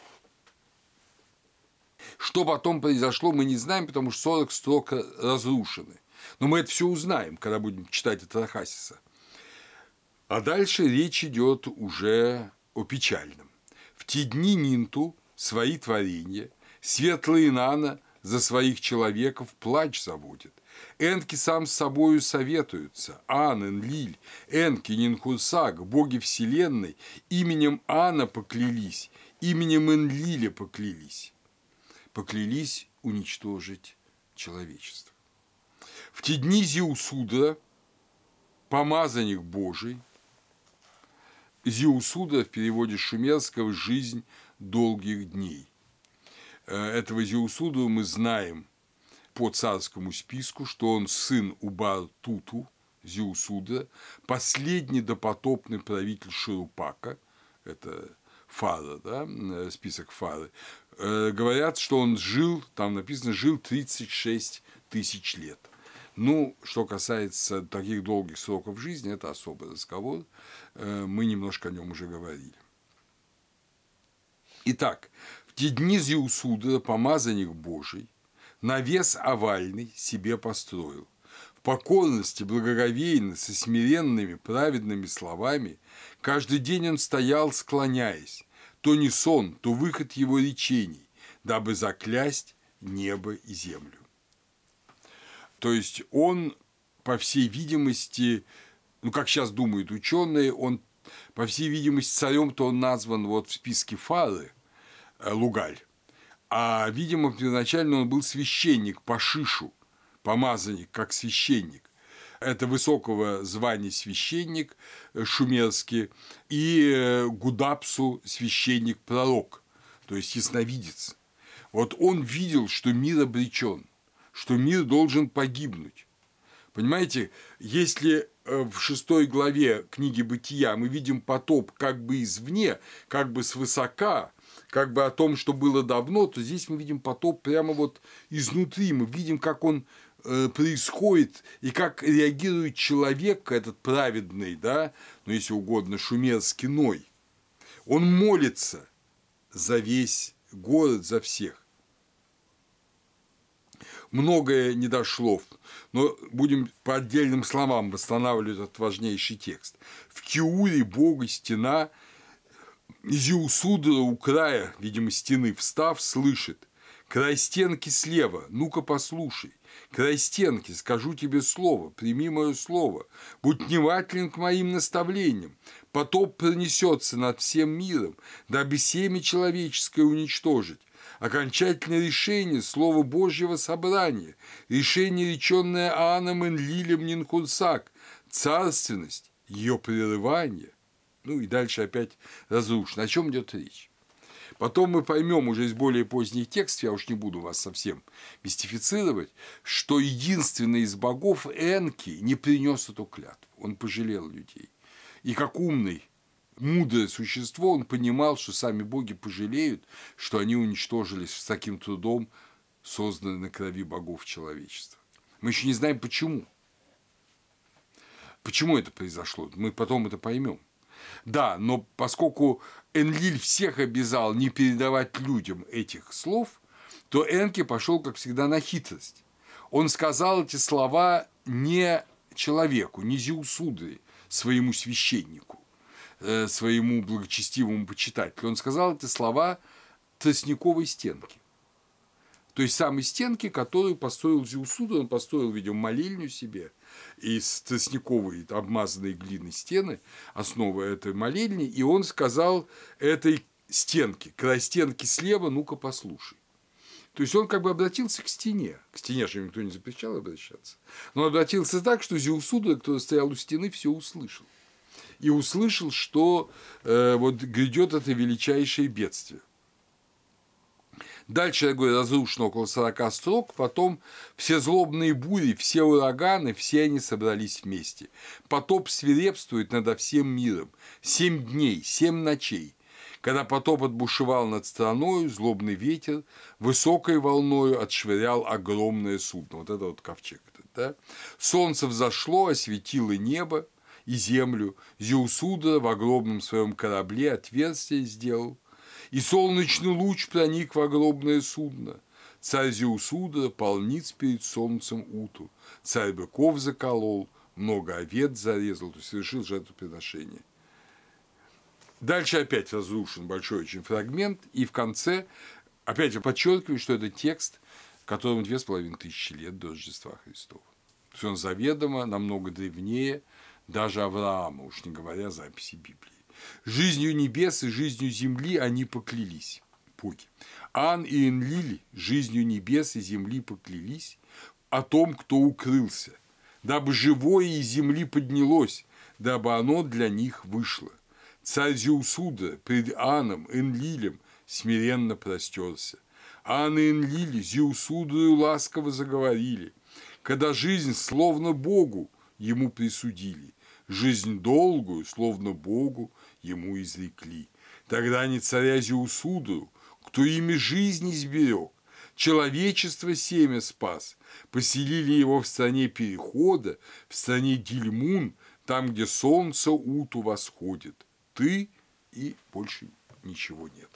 Что потом произошло, мы не знаем, потому что 40 строк разрушены. Но мы это все узнаем, когда будем читать Атрахасиса. А дальше речь идет уже о печальном. В те дни Нинту свои творения, светлые Нана за своих человеков плач заводит. Энки сам с собою советуются. Ан, Энлиль, Энки, Нинхурсак, боги вселенной, именем Ана поклялись, именем Энлиля поклялись. Поклялись уничтожить человечество. В те дни Зеусудра, помазанник Божий, Зеусудра в переводе с шумерского «жизнь долгих дней». Этого Зеусудру мы знаем по царскому списку, что он сын Убар-Туту, Зеусудра, последний допотопный правитель Шурупака, это Фара, да, список Фары. Говорят, что он жил, там написано, жил 36 тысяч лет. Ну, что касается таких долгих сроков жизни, это особый разговор, мы немножко о нем уже говорили. Итак, в те дни Зеусудра, помазанник Божий, навес овальный себе построил. В покорности, благоговейно, со смиренными, праведными словами, каждый день он стоял, склоняясь, то не сон, то выход его речений, дабы заклясть небо и землю. То есть он, по всей видимости, ну, как сейчас думают ученые, он, по всей видимости, царем-то он назван вот в списке Фары, Лугаль, а, видимо, первоначально он был священник по Шишу, помазанник как священник. Это высокого звания священник шумерский, и Гудапсу священник-пророк, то есть ясновидец. Вот он видел, что мир обречен, что мир должен погибнуть. Понимаете, если в 6 главе книги Бытия мы видим потоп как бы извне, как бы свысока, как бы о том, что было давно, то здесь мы видим потоп прямо вот изнутри, мы видим, как он происходит и как реагирует человек, этот праведный, да, ну, если угодно, шумерский Ной. Он молится за весь город, за всех. Многое не дошло, но будем по отдельным словам восстанавливать этот важнейший текст. В Киуре Бога стена, Зеусудра у края, видимо, стены встав, слышит: «Край стенки слева, ну-ка послушай. Край стенки, скажу тебе слово, прими мое слово. Будь внимателен к моим наставлениям. Потоп пронесется над всем миром, дабы семя человеческое уничтожить. окончательное решение Слова Божьего собрания, решение, реченное Ааном Энлилем Нинхунсак, царственность, ее прерывание, ну и дальше опять разрушено. О чем идет речь? Потом мы поймем уже из более поздних текстов, я уж не буду вас совсем мистифицировать, что единственный из богов Энки не принес эту клятву, он пожалел людей. И как умный, мудрое существо, он понимал, что сами боги пожалеют, что они уничтожили с таким трудом созданное на крови богов человечество. Мы еще не знаем, почему. Почему это произошло? Мы потом это поймем. Да, но поскольку Энлиль всех обязал не передавать людям этих слов, то Энки пошел, как всегда, на хитрость. Он сказал эти слова не человеку, не Зеусудре, своему священнику, своему благочестивому почитателю. Он сказал эти слова тростниковой стенке. То есть самой стенки, которую построил Зеусудр, он построил, видимо, молельню себе из тростниковой обмазанной глиной стены, основа этой молельни, и он сказал этой стенке, край стенки слева, ну-ка послушай. То есть он как бы обратился к стене же никто не запрещал обращаться, но обратился так, что Зеусудр, который стоял у стены, все услышал. И услышал, что вот грядет это величайшее бедствие. Дальше, я говорю, разрушено около 40 строк, потом все злобные бури, все ураганы, все они собрались вместе. Потоп свирепствует над всем миром. 7 дней, 7 ночей. Когда потоп отбушевал над страною, злобный ветер высокой волною отшвырял огромное судно. Вот это вот ковчег. Да? Солнце взошло, осветило небо и землю. Зеусудра в огромном своем корабле отверстие сделал. И солнечный луч проник в огромное судно. Царь Зеусудра полниц перед солнцем уту. Царь быков заколол, много овец зарезал, то есть совершил жертвоприношение. Дальше опять разрушен большой очень фрагмент, и в конце опять же подчеркиваю, что это текст, которому 2500 лет до Рождества Христова. То есть он заведомо намного древнее даже Авраама, уж не говоря о записи Библии. Жизнью небес и жизнью земли они поклялись, боги. Ан и Энлиль жизнью небес и земли поклялись о том, кто укрылся, дабы живое из земли поднялось, дабы оно для них вышло. Царь Зеусудра пред Аном, Энлилем смиренно простерся. Ан и Энлиль Зеусудрою ласково заговорили, когда жизнь словно Богу ему присудили, жизнь долгую, словно Богу, ему изрекли. Тогда не царя Зеусудру, кто ими жизнь изберег, человечество семя спас, поселили его в стране перехода, в стране Дильмун, там, где солнце уту восходит. Ты и больше ничего нет.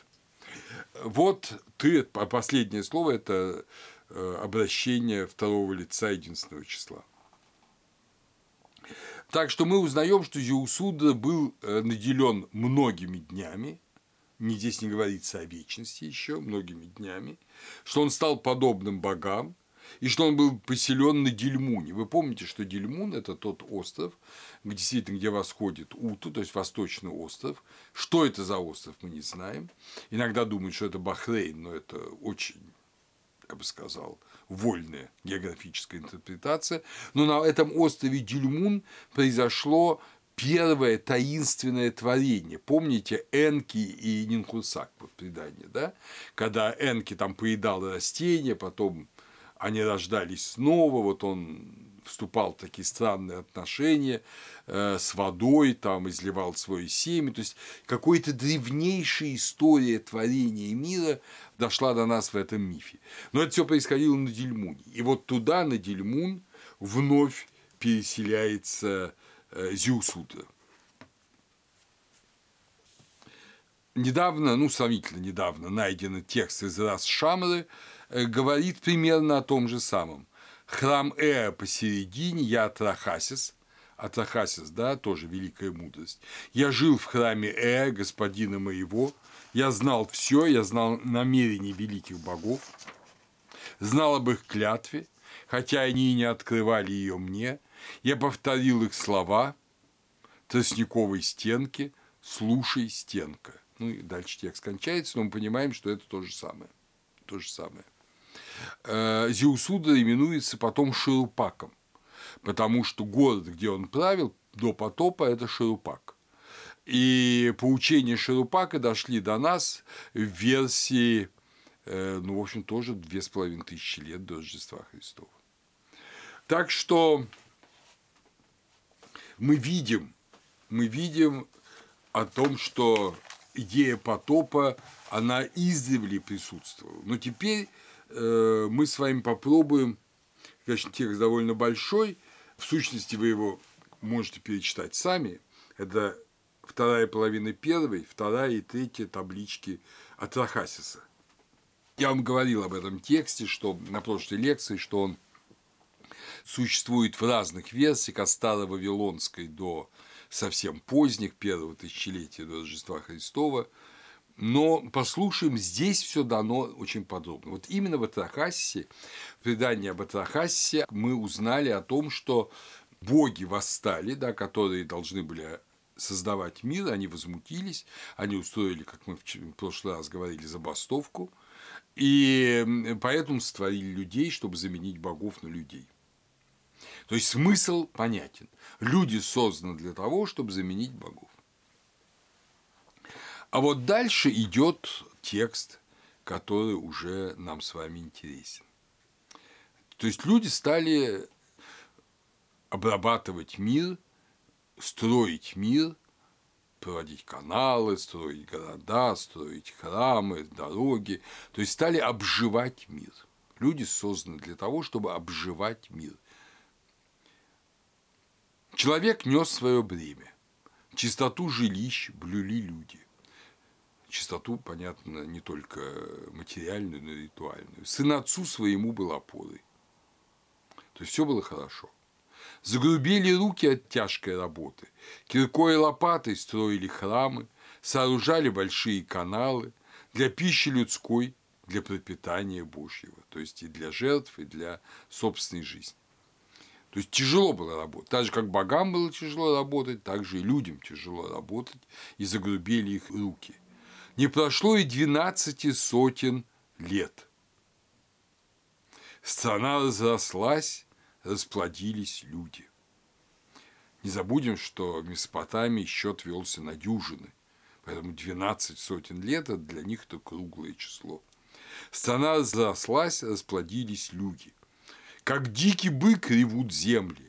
Вот ты, последнее слово – это обращение второго лица единственного числа. Так что мы узнаем, что Зеусудра был наделен многими днями, здесь не говорится о вечности еще, многими днями, что он стал подобным богам, и что он был поселен на Дильмуне. Вы помните, что Дильмун – это тот остров, где восходит Уту, то есть восточный остров. Что это за остров, мы не знаем. Иногда думают, что это Бахрейн, но это очень, я бы сказал, вольная географическая интерпретация. Но на этом острове Дильмун произошло первое таинственное творение. Помните Энки и Нинхунсак, вот предание, да? Когда Энки там поедал растения, потом они рождались снова, вот он вступал в такие странные отношения с водой, там изливал свое семя, то есть какая-то древнейшая история творения мира дошла до нас в этом мифе. Но это все происходило на Дильмуне. И вот туда, на Дильмун, вновь переселяется Зеусудра. Недавно, сравнительно недавно найденный текст из Рас Шамры говорит примерно о том же самом. Храм Эа посередине, я Атрахасис, да, тоже великая мудрость. Я жил в храме Эа, господина моего, я знал все, я знал намерения великих богов, знал об их клятве, хотя они и не открывали ее мне, я повторил их слова, тростниковой стенки, слушай, стенка. Ну и дальше текст кончается, но мы понимаем, что это то же самое. то же самое. Зеусудра именуется потом Шерупаком, потому что город, где он правил до потопа, это Шерупак. И поучения Шерупака дошли до нас в версии, ну, в общем, тоже 2500 лет до Рождества Христова. Так что мы видим о том, что идея потопа, она издревле присутствовала. Но теперь мы с вами попробуем, конечно, текст довольно большой, в сущности, вы его можете перечитать сами, это вторая половина первой, вторая и третья таблички Атрахасиса. Я вам говорил об этом тексте, что на прошлой лекции, что он существует в разных версиях, от старовавилонской до совсем поздних, первого тысячелетия до Рождества Христова. Но послушаем, здесь все дано очень подробно. Вот именно в Атрахасисе, в предании об Атрахасисе, мы узнали о том, что боги восстали, да, которые должны были создавать мир, они возмутились, они устроили, как мы в прошлый раз говорили, забастовку, и поэтому сотворили людей, чтобы заменить богов на людей. То есть смысл понятен. Люди созданы для того, чтобы заменить богов. А вот дальше идет текст, который уже нам с вами интересен. То есть люди стали обрабатывать мир, строить мир, проводить каналы, строить города, строить храмы, дороги. То есть стали обживать мир. Люди созданы для того, чтобы обживать мир. Человек нес свое бремя. Чистоту жилищ блюли люди. Чистоту, понятно, не только материальную, но и ритуальную. Сын отцу своему был опорой. То есть все было хорошо. Загрубели руки от тяжкой работы. Киркой и лопатой строили храмы, сооружали большие каналы для пищи людской, для пропитания Божьего. То есть и для жертв, и для собственной жизни. То есть тяжело было работать. Так же, как богам было тяжело работать, так же и людям тяжело работать, и загрубели их руки. Не прошло и 12 сотен лет. Страна разрослась, расплодились люди. Не забудем, что в Месопотамии счет велся на дюжины, поэтому 12 сотен лет – это для них это круглое число. Страна разрослась, расплодились люди. Как дикий бык ревут земли.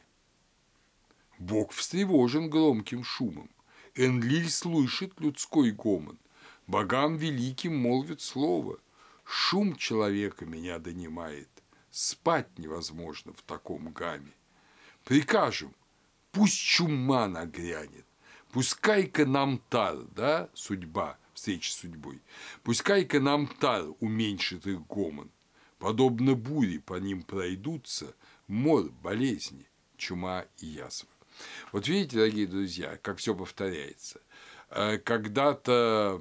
Бог встревожен громким шумом. Энлиль слышит людской гомон. Богам великим молвит слово. Шум человека меня донимает. Спать невозможно в таком гамме. Прикажем, пусть чума нагрянет. Пускай-ка Намтар, да, судьба, встреча с судьбой. Пускай-ка Намтар уменьшит их гомон. Подобно буре по ним пройдутся мор, болезни, чума и язва. Вот видите, дорогие друзья, как все повторяется. Когда-то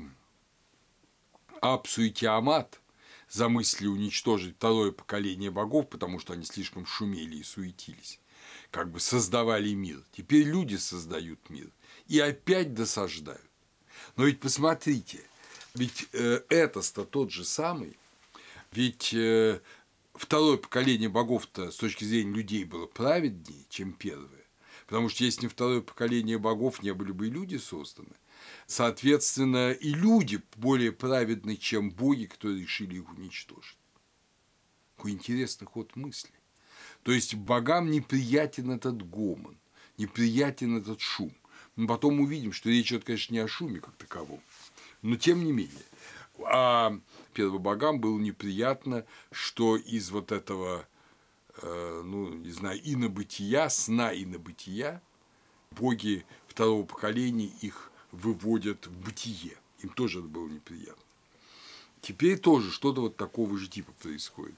Апсу и Тиамат замыслили уничтожить второе поколение богов, потому что они слишком шумели и суетились, как бы создавали мир. Теперь люди создают мир и опять досаждают. Но ведь посмотрите, ведь Этос-то тот же самый, ведь второе поколение богов-то с точки зрения людей было праведнее, чем первое, потому что если не второе поколение богов, не были бы и люди созданы. Соответственно, и люди более праведны, чем боги, которые решили их уничтожить. Какой интересный ход мысли. То есть богам неприятен этот гомон, неприятен этот шум. Мы потом увидим, что речь идет, конечно, не о шуме как таковом, но тем не менее. А первобогам было неприятно, что из вот этого, ну, не знаю, инобытия, сна инобытия, боги второго поколения их выводят в бытие. Им тоже это было неприятно. Теперь тоже что-то вот такого же типа происходит.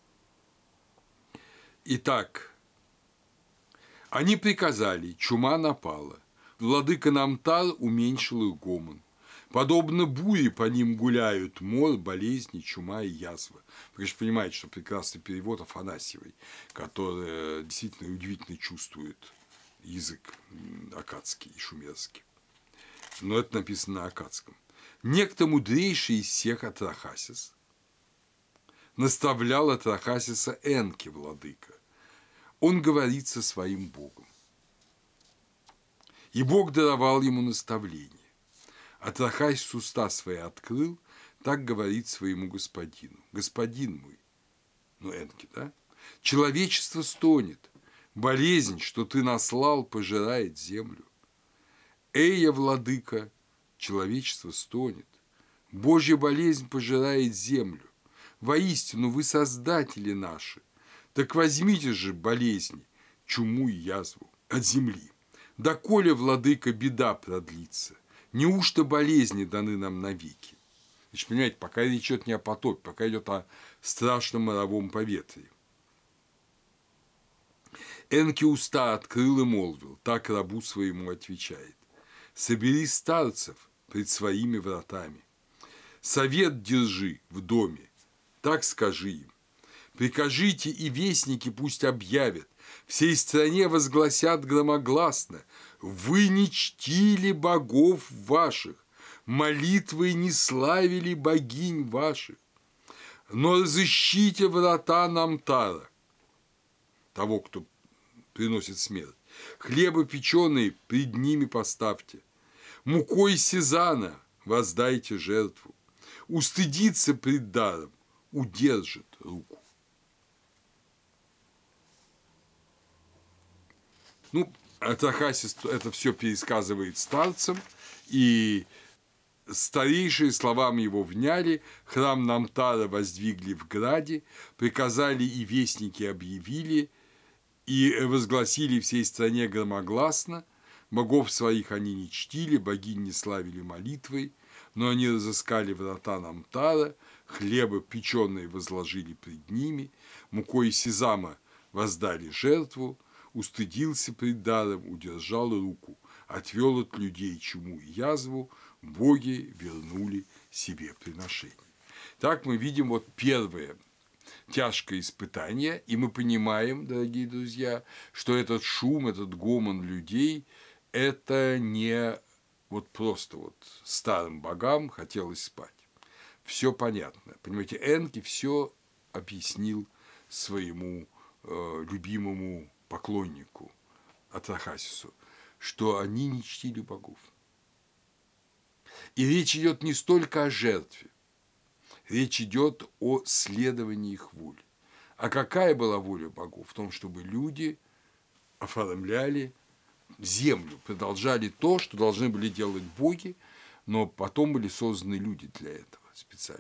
Итак, они приказали, чума напала. Владыка Намтар уменьшил их гомон. Подобно буре по ним гуляют мор, болезни, чума и язва. Вы, конечно, понимаете, что прекрасный перевод Афанасьевой, который действительно удивительно чувствует язык аккадский и шумерский. Но это написано на аккадском. Некто мудрейший из всех Атрахасис наставлял Атрахасиса Энки, владыка. Он говорит со своим Богом. И Бог даровал ему наставление. Атрахасис уста свои открыл, так говорит своему господину. Господин мой, Энки, да? Человечество стонет, болезнь, что ты наслал, пожирает землю. Эя, владыка, человечество стонет, Божья болезнь пожирает землю. Воистину, вы создатели наши, так возьмите же болезни, чуму и язву от земли. Доколе, владыка, беда продлится, неужто болезни даны нам навеки? Значит, понимаете, пока речь идет не о потопе, пока идет о страшном моровом поветрии. Энки уста открыл и молвил, так рабу своему отвечает. Собери старцев пред своими вратами, совет держи в доме, так скажи им. Прикажите, и вестники пусть объявят, всей стране возгласят громогласно: вы не чтили богов ваших, молитвы не славили богинь ваших, но разыщите врата Намтара, того, кто приносит смерть, хлеба печеные пред ними поставьте, мукой сезана воздайте жертву, устыдиться пред даром удержит руку. Атрахасис это все пересказывает старцам, и старейшие словам его вняли, храм Намтара воздвигли в граде, приказали и вестники объявили, и возгласили всей стране громогласно: богов своих они не чтили, богинь не славили молитвой, но они разыскали врата Намтара, хлеба печеные возложили пред ними, мукой сезама воздали жертву, устыдился пред даром, удержал руку, отвел от людей чуму и язву, боги вернули себе приношение. Так мы видим вот первое тяжкое испытание, и мы понимаем, дорогие друзья, что этот шум, этот гомон людей – это не вот просто вот старым богам хотелось спать. Все понятно. Понимаете, Энки все объяснил своему любимому поклоннику Атрахасису, что они не чтили богов. И речь идет не столько о жертве, речь идет о следовании их воли. А какая была воля богов? В том, чтобы люди оформляли землю, продолжали то, что должны были делать боги, но потом были созданы люди для этого специально.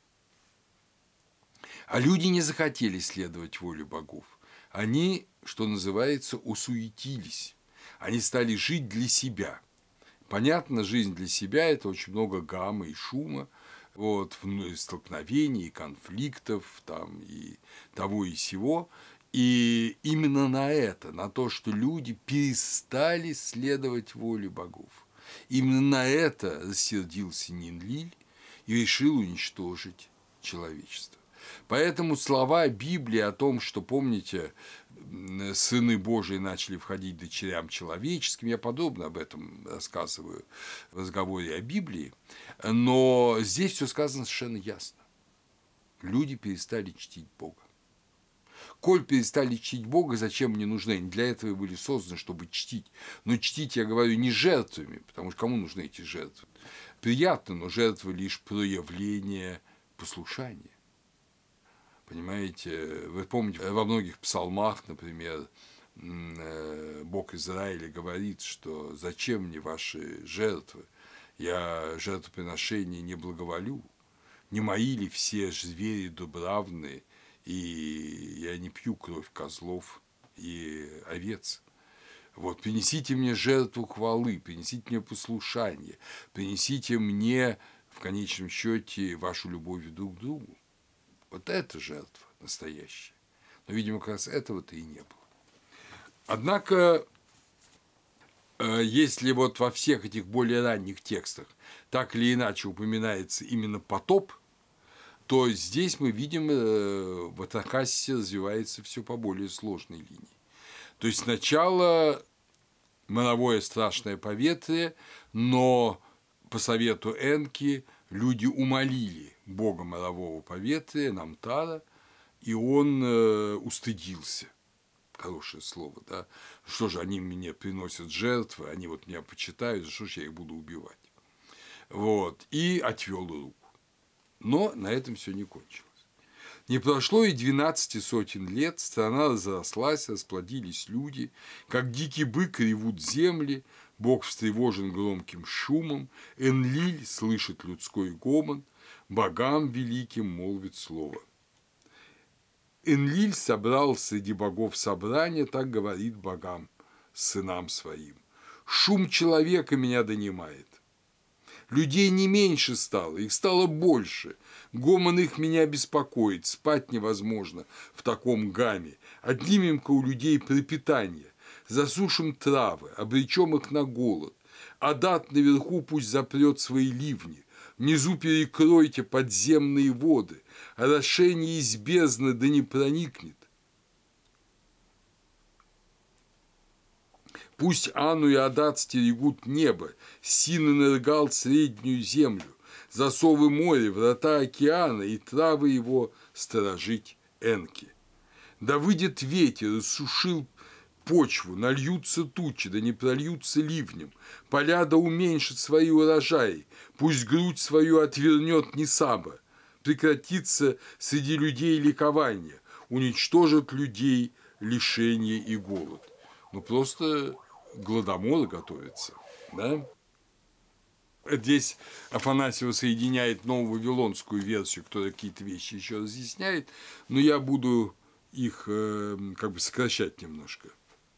А люди не захотели следовать воле богов. Они, что называется, усуетились. Они стали жить для себя. Понятно, жизнь для себя – это очень много гамма и шума, вот, столкновений, конфликтов, там, и того и сего. И именно на это, на то, что люди перестали следовать воле богов, именно на это рассердился Нинлиль и решил уничтожить человечество. Поэтому слова Библии о том, что, помните, сыны Божии начали входить дочерям человеческим, я подробно об этом рассказываю в разговоре о Библии, но здесь все сказано совершенно ясно. Люди перестали чтить Бога. Коль перестали чтить Бога, зачем мне нужны? Они для этого и были созданы, чтобы чтить. Но чтить, я говорю, не жертвами, потому что кому нужны эти жертвы? Приятно, но жертвы лишь проявление послушания. Понимаете, вы помните, во многих псалмах, например, Бог Израиля говорит, что зачем мне ваши жертвы? Я жертвоприношения не благоволю. Не мои ли все звери дубравные, и я не пью кровь козлов и овец? Вот, принесите мне жертву хвалы, принесите мне послушание, принесите мне, в конечном счете, вашу любовь друг к другу. Вот это жертва настоящая. Но, видимо, как раз этого-то и не было. Однако, если вот во всех этих более ранних текстах так или иначе упоминается именно потоп, то здесь мы видим, в Атрахасисе развивается все по более сложной линии. То есть сначала моровое страшное поветрие, но по совету Энки люди умолили бога морового поветрия, Намтара, и он устыдился. Хорошее слово, да? Что же, они мне приносят жертвы, они вот меня почитают, что же я их буду убивать? Вот, и отвел руку. Но на этом все не кончилось. Не прошло и 12 сотен лет, страна разрослась, расплодились люди, как дикий бык ревут земли, Бог встревожен громким шумом, Энлиль слышит людской гомон, богам великим молвит слово. Энлиль собрал среди богов собрание, так говорит богам, сынам своим. Шум человека меня донимает. Людей не меньше стало, их стало больше. Гомон их меня беспокоит, спать невозможно в таком гаме. Отнимем-ка у людей пропитание, засушим травы, обречем их на голод. Адат наверху пусть запрет свои ливни, внизу перекройте подземные воды, орошение из бездны да не проникнет. Пусть Ану и Адат стерегут небо, Син и Нергал среднюю землю, засовы моря, врата океана и травы его сторожить Энки. Да выйдет ветер, иссушил почву, нальются тучи, да не прольются ливнем, поля да уменьшат свои урожаи, пусть грудь свою отвернет Несаба, прекратится среди людей ликование, уничтожат людей лишение и голод. Ну, просто Гладомор готовится, да? Здесь Афанасьева соединяет нововавилонскую версию, которая какие-то вещи еще разъясняет, но я буду их как бы сокращать немножко.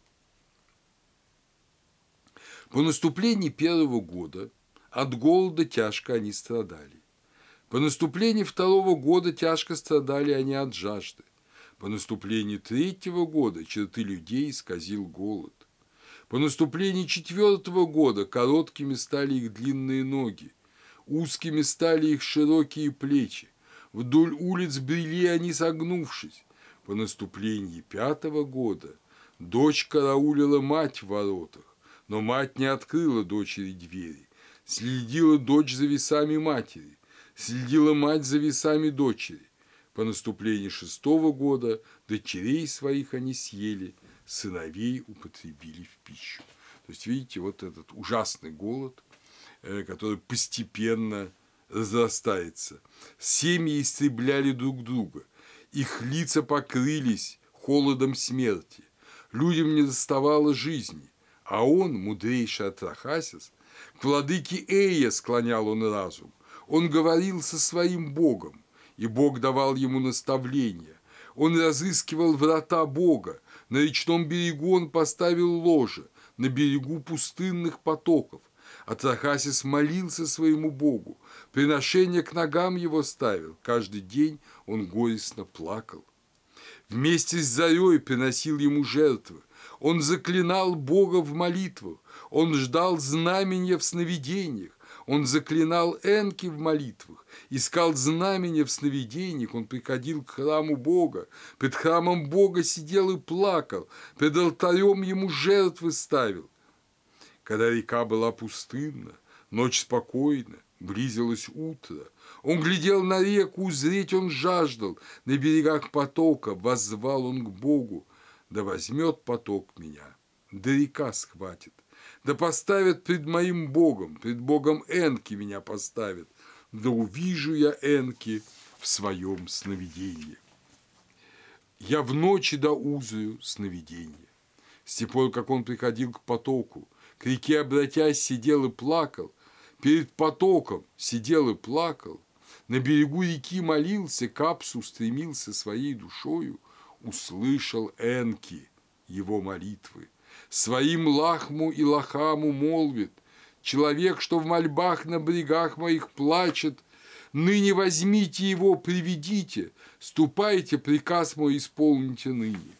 По наступлении первого года от голода тяжко они страдали. По наступлении второго года тяжко страдали они от жажды. По наступлении третьего года черты людей исказил голод. По наступлении четвертого года короткими стали их длинные ноги, узкими стали их широкие плечи, вдоль улиц брели они согнувшись. По наступлении пятого года дочь караулила мать в воротах, но мать не открыла дочери двери, следила дочь за весами матери, следила мать за весами дочери. По наступлении шестого года дочерей своих они съели, сыновей употребили в пищу. То есть, видите, вот этот ужасный голод, который постепенно разрастается. Семьи истребляли друг друга, их лица покрылись холодом смерти, людям не доставало жизни, а он, мудрейший Атрахасис, к владыке Эя склонял он разум, он говорил со своим Богом, и Бог давал ему наставления. Он разыскивал врата Бога, на речном берегу он поставил ложе, на берегу пустынных потоков. Атрахасис молился своему Богу, приношение к ногам его ставил, каждый день он горестно плакал. Вместе с зарей приносил ему жертвы, он заклинал Бога в молитвах, он ждал знамения в сновидениях, он заклинал Энки в молитвах, искал знамения в сновидениях, он приходил к храму Бога, пред храмом Бога сидел и плакал, пред алтарем ему жертвы ставил. Когда река была пустынна, ночь спокойна, близилось утро, он глядел на реку, узреть он жаждал, на берегах потока воззвал он к Богу, да возьмет поток меня, да река схватит. Да поставят пред моим Богом, пред Богом Энки меня поставят, да увижу я Энки в своем сновидении. Я в ночи да узрю сновидение. С тех пор, как он приходил к потоку, к реке обратясь, сидел и плакал, перед потоком сидел и плакал, на берегу реки молился, к Апсу стремился своей душою, услышал Энки его молитвы. Своим Лахму и Лахаму молвит: человек, что в мольбах на брегах моих плачет, ныне возьмите его, приведите, ступайте, приказ мой исполните ныне.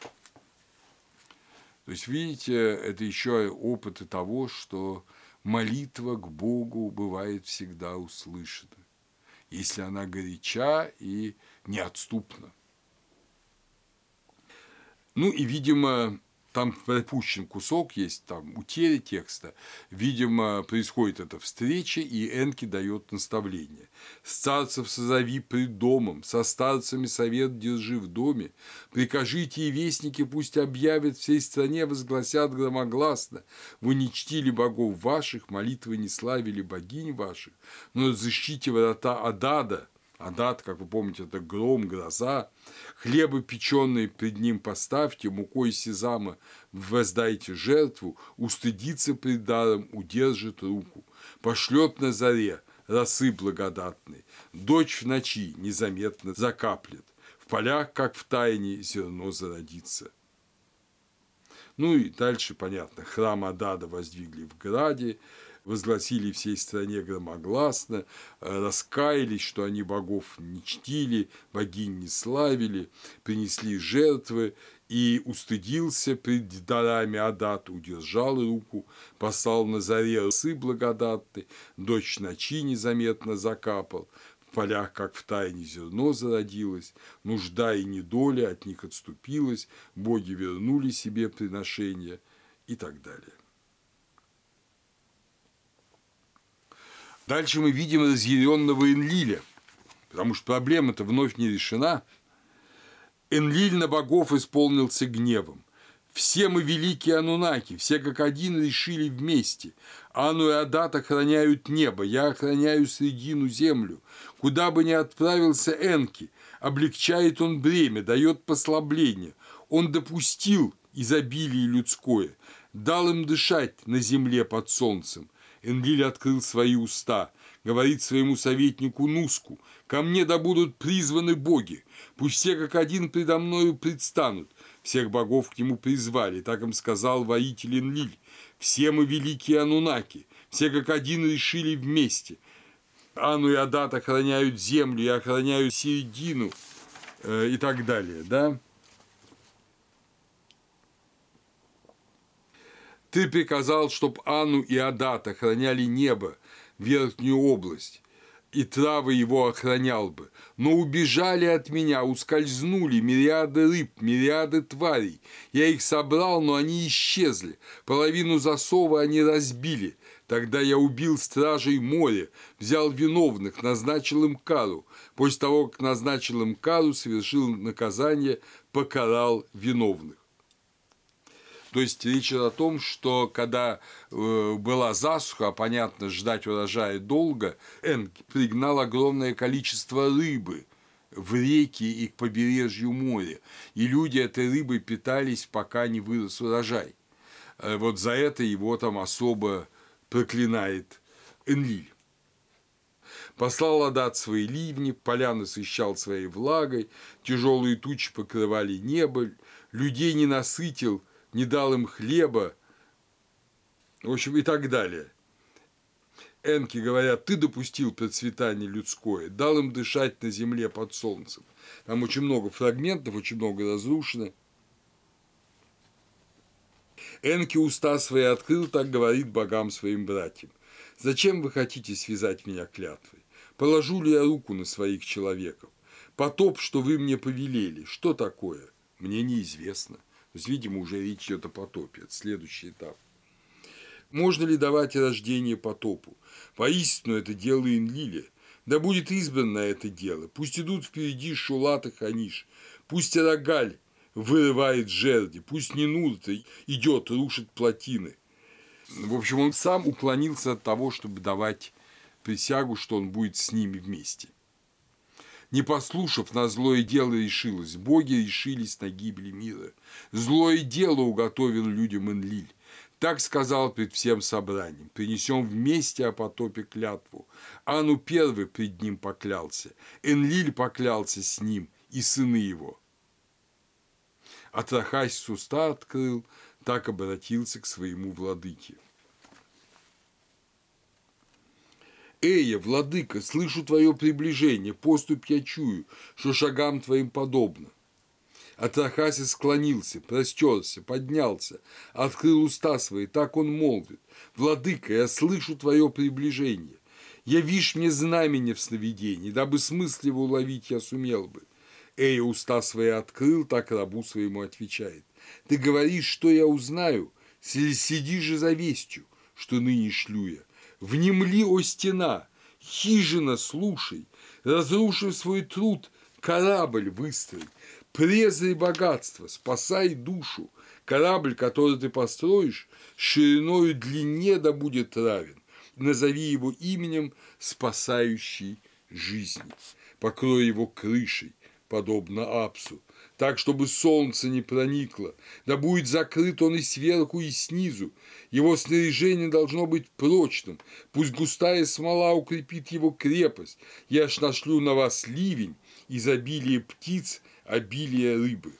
То есть, видите, это еще опыты того, что молитва к Богу бывает всегда услышана, если она горяча и неотступна. Ну и, видимо, Там пропущен кусок, есть там утеря текста. Видимо, происходит эта встреча, и Энки дает наставление. «Старцев созови пред домом, со старцами совет держи в доме. Прикажите, и вестники пусть объявят всей стране, возгласят громогласно. Вы не чтили богов ваших, молитвы не славили богинь ваших, но защите врата Адада». Адад, как вы помните, это гром, гроза. Хлебы печеные пред ним поставьте, мукой сезама воздайте жертву, устыдится пред даром, удержит руку. Пошлет на заре росы благодатной, дочь в ночи незаметно закаплет, в полях, как в тайне, зерно зародится. Ну и дальше, понятно, храм Адада воздвигли в граде, возгласили всей стране громогласно, раскаялись, что они богов не чтили, богинь не славили, принесли жертвы, и устыдился пред дарами Адад, удержал руку, послал на заре росы благодатной, дочь ночи незаметно закапал, в полях, как в тайне, зерно зародилось, нужда и недоля от них отступилась, боги вернули себе приношения и так далее. Дальше мы видим разъяренного Энлиля, потому что проблема-то вновь не решена. Энлиль на богов исполнился гневом. Все мы великие анунаки, все как один решили вместе. Ану и Адат охраняют небо, я охраняю средину землю. Куда бы ни отправился Энки, облегчает он бремя, дает послабление. Он допустил изобилие людское, дал им дышать на земле под солнцем. Энлиль открыл свои уста, говорит своему советнику Нуску: «Ко мне да будут призваны боги, пусть все как один предо мною предстанут». Всех богов к нему призвали, так им сказал воитель Энлиль: «Все мы великие анунаки, все как один решили вместе. Ану и Адат охраняют землю, я охраняю середину», и так далее, да? Ты приказал, чтоб Ану и Адат охраняли небо, верхнюю область, и травы его охранял бы. Но убежали от меня, ускользнули мириады рыб, мириады тварей. Я их собрал, но они исчезли. Половину засова они разбили. Тогда я убил стражей моря, взял виновных, назначил им кару. После того, как назначил им кару, совершил наказание, покарал виновных. То есть речь идет о том, что когда была засуха, а понятно, ждать урожая долго, Энки пригнал огромное количество рыбы в реки и к побережью моря. И люди этой рыбой питались, пока не вырос урожай. Вот за это его там особо проклинает Энлиль. Послал Адад свои ливни, поля насыщал своей влагой, тяжелые тучи покрывали небо, людей не насытил, не дал им хлеба, в общем, и так далее. Энки говорят: ты допустил процветание людское, дал им дышать на земле под солнцем. Там очень много фрагментов, очень много разрушено. Энки уста свои открыл, так говорит богам своим братьям: зачем вы хотите связать меня клятвой? Положу ли я руку на своих человеков? Потоп, что вы мне повелели, что такое? Мне неизвестно. То есть, видимо, уже речь идет о потопе. Это следующий этап. Можно ли давать рождение потопу? Поистину это дело Энлиля. Да будет избрано это дело. Пусть идут впереди Шулат и Ханиш. Пусть Арагаль вырывает жерди. Пусть Нинурта идет, рушит плотины. В общем, он сам уклонился от того, чтобы давать присягу, что он будет с ними вместе. Не послушав, на злое дело решилось. Боги решились на гибель мира. Злое дело уготовил людям Энлиль. Так сказал пред всем собранием: принесем вместе о потопе клятву. Ану первый пред ним поклялся, Энлиль поклялся с ним и сыны его. Атрахась уста открыл, так обратился к своему владыке. «Эя, владыка, слышу твое приближение, поступь я чую, что шагам твоим подобно». Атрахаси склонился, простерся, поднялся, открыл уста свои, так он молвит: «Владыка, я слышу твое приближение. Явишь мне знамение в сновидении, дабы смысл его уловить я сумел бы». Эя уста свои открыл, так рабу своему отвечает. Ты говоришь, что я узнаю, следи же за вестью, что ныне шлю я. Внемли, о стена, хижина, слушай, разрушив свой труд, корабль выстрой, презри богатство, спасай душу. Корабль, который ты построишь, шириною длине да будет равен. Назови его именем, спасающий жизни. Покрой его крышей, подобно Апсу, так, чтобы солнце не проникло, да будет закрыт он и сверху, и снизу. Его снаряжение должно быть прочным, пусть густая смола укрепит его крепость. Я ж нашлю на вас ливень, изобилие птиц, обилие рыбы.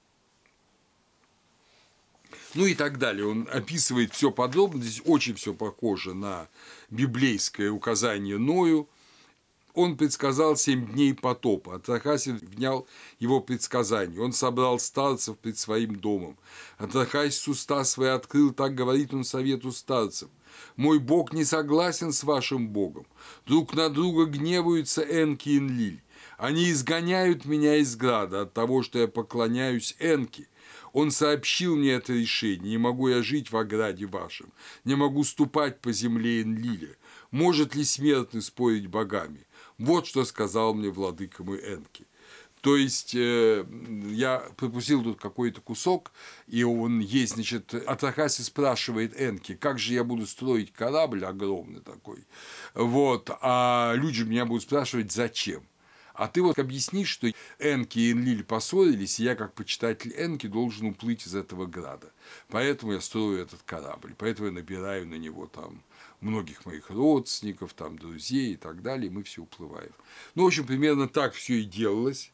Ну и так далее. Он описывает все подробно, здесь очень все похоже на библейское указание Ною. Он предсказал 7 дней потопа. Атрахасис внял его предсказанию. Он собрал старцев пред своим домом. Атрахасис уста свои открыл, так говорит он совету старцев. Мой Бог не согласен с вашим Богом. Друг на друга гневаются Энки и Энлиль. Они изгоняют меня из града от того, что я поклоняюсь Энке. Он сообщил мне это решение. Не могу я жить в ограде вашем. Не могу ступать по земле Энлиля. Может ли смертный спорить богами? Вот что сказал мне владыка мой Энки. То есть, я пропустил тут какой-то кусок, и он есть, значит, Атрахасис спрашивает Энки, как же я буду строить корабль огромный такой, вот, а люди меня будут спрашивать, зачем. А ты вот объясни, что Энки и Энлиль поссорились, и я, как почитатель Энки, должен уплыть из этого града. Поэтому я строю этот корабль, поэтому я набираю на него там многих моих родственников, там, друзей и так далее, и мы все уплываем. Ну, в общем, примерно так все и делалось.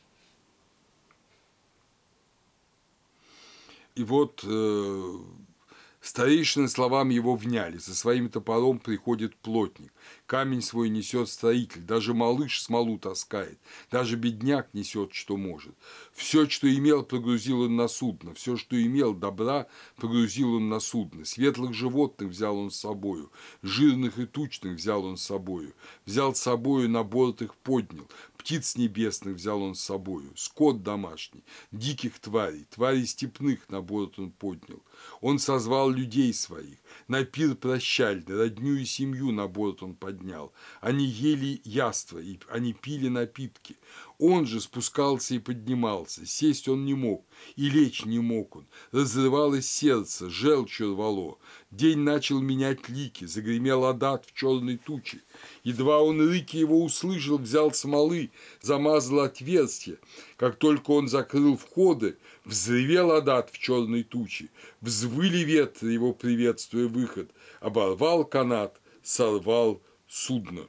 И вот старейшины словам его вняли, со своим топором приходит плотник, камень свой несет строитель, даже малыш смолу таскает, даже бедняк несет, что может. Все, что имел, погрузил он на судно, все, что имел добра, погрузил он на судно. Светлых животных взял он с собою, жирных и тучных взял он с собою, взял с собою, на борт их поднял, птиц небесных взял он с собою, скот домашний, диких тварей, тварей степных на борт он поднял. Он созвал людей своих, на пир прощальный, родню и семью на борт он поднял. Они ели яства, и они пили напитки. Он же спускался и поднимался, сесть он не мог, и лечь не мог он. Разрывалось сердце, желчью рвало. День начал менять лики, загремел Адат в черной туче. Едва он рыки его услышал, взял смолы, замазал отверстие. Как только он закрыл входы, взревел Адат в черной туче. Взвыли ветры, его приветствуя выход. Оборвал канат, сорвал судно.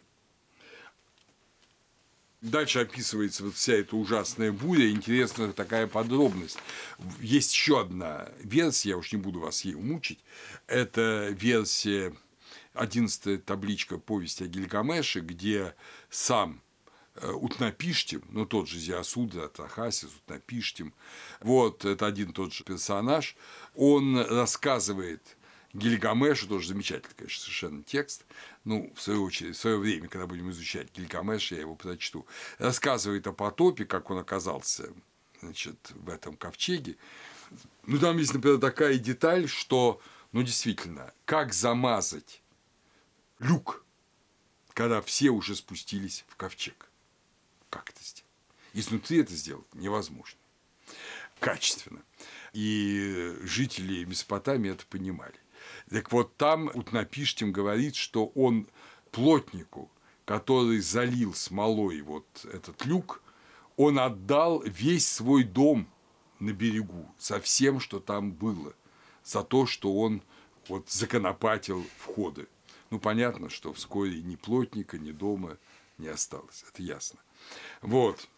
Дальше описывается вот вся эта ужасная буря. Интересная такая подробность. Есть еще одна версия, я уж не буду вас ею мучить. Это версия 11-я табличка повести о Гильгамеше, где сам Утнапиштим, ну тот же Зиасудра, Атрахасис, Утнапиштим, вот это один тот же персонаж, он рассказывает Гильгамешу, тоже замечательный, конечно, совершенно текст, ну, в свою очередь, в свое время, когда будем изучать Гильгамеша, я его прочту, рассказывает о потопе, как он оказался, значит, в этом ковчеге. Ну, там есть, например, такая деталь, что, ну, действительно, как замазать люк, когда все уже спустились в ковчег. Как это сделать? Изнутри это сделать невозможно. Качественно. И жители Месопотамии это понимали. Так вот, там Утнапиштим говорит, что он плотнику, который залил смолой вот этот люк, он отдал весь свой дом на берегу со всем, что там было, за то, что он вот законопатил входы. Ну, понятно, что вскоре ни плотника, ни дома не осталось, это ясно. Вот.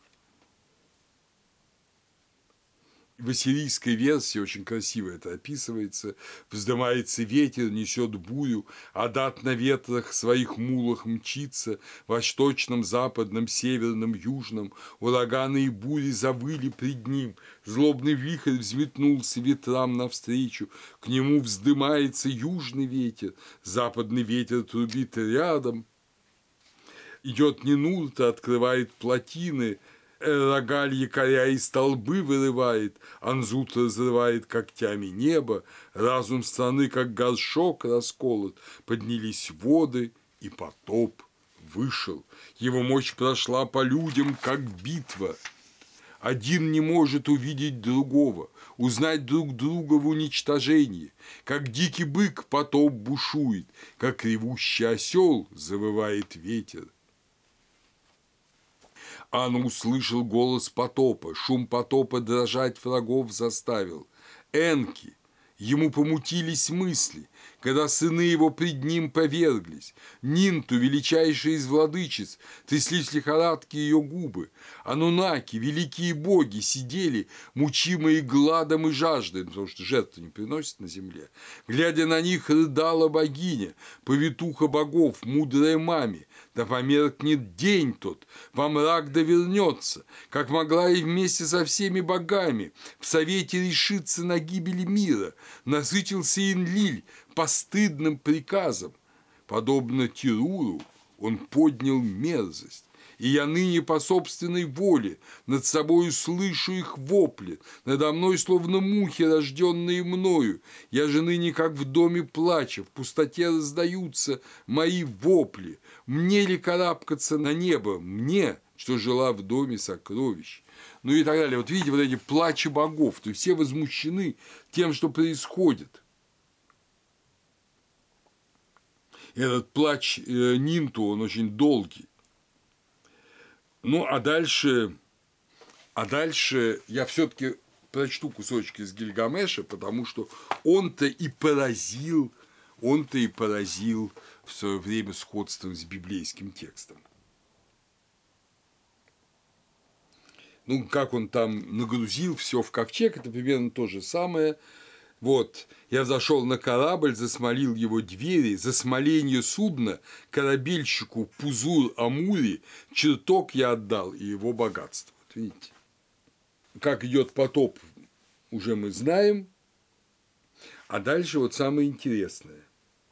В ассирийской версии очень красиво это описывается. Вздымается ветер, несет бурю, Адат на ветрах своих мулах мчится, восточном, западном, северном, южном, ураганы и бури завыли пред ним, злобный вихрь взметнулся ветрам навстречу, к нему вздымается южный ветер, западный ветер трубит рядом, идет Нинурта, открывает плотины, рогаль якоря и столбы вырывает, Анзут разрывает когтями небо, разум страны, как горшок, расколот, поднялись воды, и потоп вышел. Его мощь прошла по людям, как битва. Один не может увидеть другого, узнать друг друга в уничтожении. Как дикий бык потоп бушует, как ревущий осел завывает ветер. Ан услышал голос потопа, шум потопа дрожать врагов заставил. Энки, ему помутились мысли, когда сыны его пред ним поверглись. Нинту, величайшая из владычиц, тряслись в лихорадке ее губы. Анунаки, великие боги, сидели, мучимые гладом и жаждой, потому что жертвы не приносят на земле. Глядя на них, рыдала богиня, повитуха богов, мудрая маме. Да померкнет день тот, во мрак да вернется, как могла и вместе со всеми богами в совете решиться на гибель мира. Насытился Энлиль постыдным приказом. Подобно Тируру он поднял мерзость. И я ныне по собственной воле над собою слышу их вопли, надо мной словно мухи, рожденные мною. Я же ныне, как в доме плача, в пустоте раздаются мои вопли. Мне ли карабкаться на небо? Мне, что жила в доме сокровищ? Ну и так далее. Вот видите, вот эти плачи богов, то есть все возмущены тем, что происходит. Этот плач Нинту, он очень долгий. Ну, а дальше я все-таки прочту кусочки из Гильгамеша, потому что он-то и поразил в свое время сходством с библейским текстом. Ну, как он там нагрузил все в ковчег, это примерно то же самое. Вот, я взошел на корабль, засмолил его двери, за смоленье судна корабельщику Пузур-Амури чертог я отдал и его богатство. Вот видите, как идет потоп, уже мы знаем, а дальше вот самое интересное.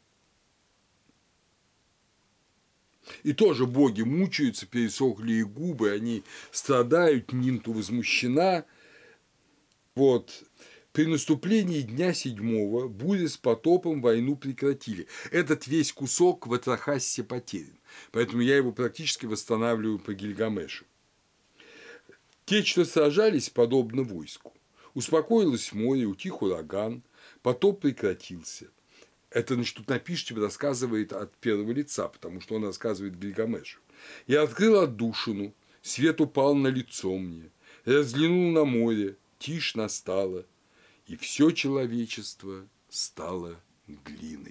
И тоже боги мучаются, пересохли их губы, они страдают, Нинту возмущена. Вот. При наступлении дня 7 буря с потопом войну прекратили. Этот весь кусок в Атрахассе потерян. Поэтому я его практически восстанавливаю по Гильгамешу. Те, что сражались, подобно войску. Успокоилось море, утих ураган, потоп прекратился. Это, значит, тут напишите, рассказывает от первого лица, потому что он рассказывает Гильгамешу. Я открыл отдушину, свет упал на лицо мне, я взглянул на море, тишь настала, и все человечество стало глиной.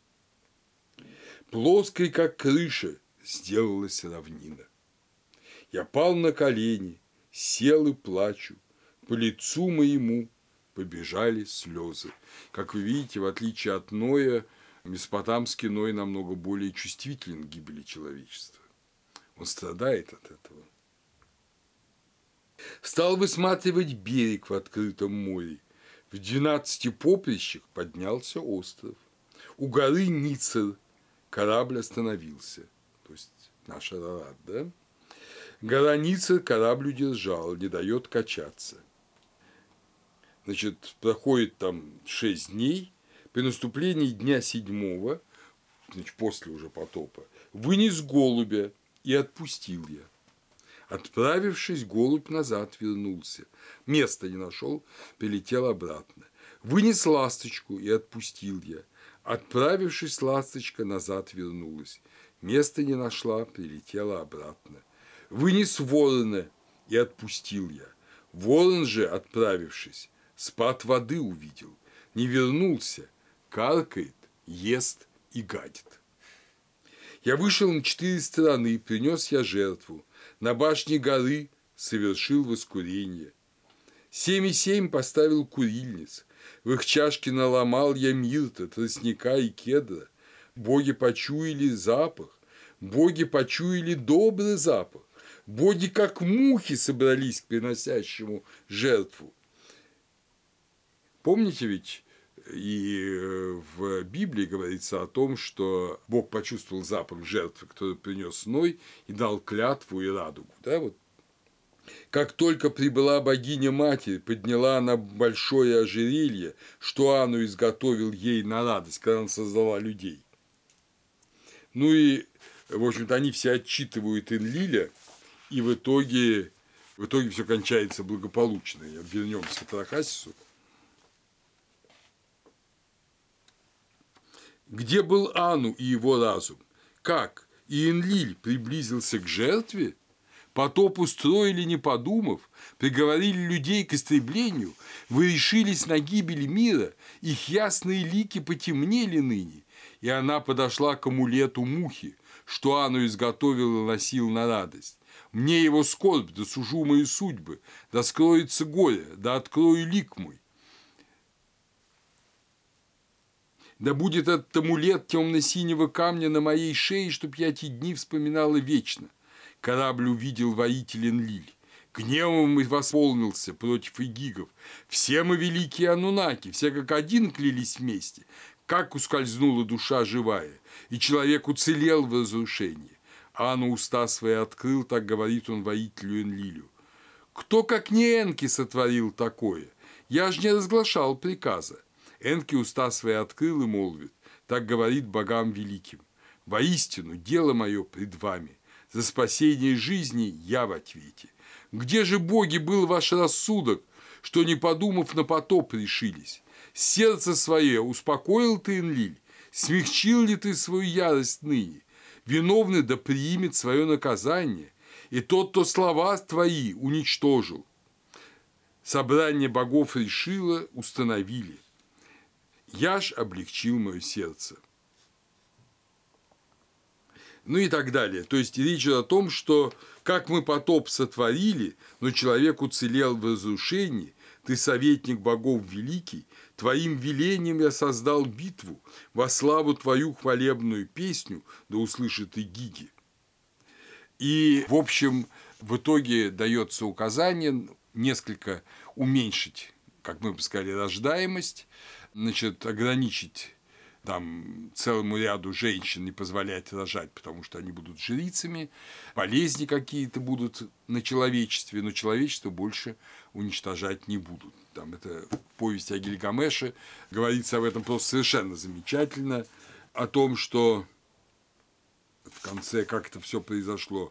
Плоской, как крыша, сделалась равнина. Я пал на колени, сел и плачу, по лицу моему побежали слезы. Как вы видите, в отличие от Ноя, месопотамский Ной намного более чувствителен к гибели человечества. Он страдает от этого. Стал высматривать берег в открытом море. В 12 поприщах поднялся остров. У горы Ницер корабль остановился. То есть наш Арарат, да? Гора Ницер корабль удержал, не дает качаться. Значит, проходит там 6 дней. При наступлении дня 7, значит, после уже потопа, вынес голубя и отпустил я. Отправившись, голубь назад вернулся. Места не нашел, прилетел обратно. Вынес ласточку и отпустил я. Отправившись, ласточка назад вернулась. Места не нашла, прилетела обратно. Вынес ворона и отпустил я. Ворон же, отправившись, спад воды увидел. Не вернулся, каркает, ест и гадит. Я вышел на 4 стороны, принес я жертву. На башне горы совершил воскурение. 7,7 поставил курильниц. В их чашке наломал я мирта, тростника и кедра. Боги почуяли запах. Боги почуяли добрый запах. Боги, как мухи, собрались к приносящему жертву. Помните ведь, и в Библии говорится о том, что Бог почувствовал запах жертвы, которую принес Ной, и дал клятву и радугу. Да, вот. Как только прибыла богиня-матерь, подняла она большое ожерелье, что Анну изготовил ей на радость, когда она создала людей. Ну и, в общем-то, они все отчитывают Энлиля, и в итоге все кончается благополучно. Вернемся к Трахасису. Где был Ану и его разум? Как? И Энлиль приблизился к жертве? Потоп устроили, не подумав, приговорили людей к истреблению, вы решились на гибель мира, их ясные лики потемнели ныне, и она подошла к амулету мухи, что Ану изготовил и носил на радость. Мне его скорбь, да сужу мои судьбы, да скроется горе, да открою лик мой. Да будет этот амулет темно-синего камня на моей шее, чтоб я эти дни вспоминала вечно. Корабль увидел воитель Энлиль. Гневом и восполнился против игигов. Все мы великие анунаки, все как один клялись вместе. Как ускользнула душа живая, и человек уцелел в разрушении. Ану уста свои открыл, так говорит он воителю Энлилю. Кто, как не Энки, сотворил такое? Я ж не разглашал приказа. Энки уста свои открыл и молвит, так говорит богам великим. Воистину, дело мое пред вами. За спасение жизни я в ответе. Где же, боги, был ваш рассудок, что, не подумав, на потоп решились? Сердце свое успокоил ты, Энлиль? Смягчил ли ты свою ярость ныне? Виновный да примет свое наказание, и тот, кто слова твои уничтожил. Собрание богов решило, установили. Я ж облегчил мое сердце. Ну и так далее. То есть речь идет о том, что как мы потоп сотворили, но человек уцелел в разрушении, ты советник богов великий, твоим велением я создал битву, во славу твою хвалебную песню, да услышит и гиги. И, в общем, в итоге дается указание несколько уменьшить, как мы бы сказали, рождаемость, значит, ограничить там целому ряду женщин не позволять рожать, потому что они будут жрицами, болезни какие-то будут на человечестве, но человечество больше уничтожать не будут. Там это в повести о Гильгамеше говорится об этом просто совершенно замечательно, о том, что в конце как это все произошло.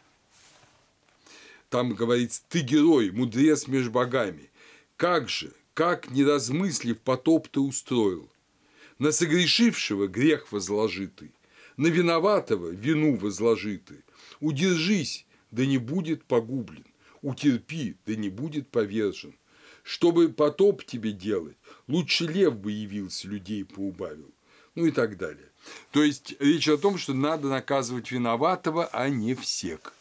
Там говорится: ты герой, мудрец меж богами. Как же, как, не размыслив, потоп ты устроил? На согрешившего грех возложи ты, на виноватого вину возложи ты. Удержись, да не будет погублен, утерпи, да не будет повержен. Чтобы потоп тебе делать, лучше лев бы явился, людей поубавил. Ну и так далее. То есть речь о том, что надо наказывать виноватого, а не всех.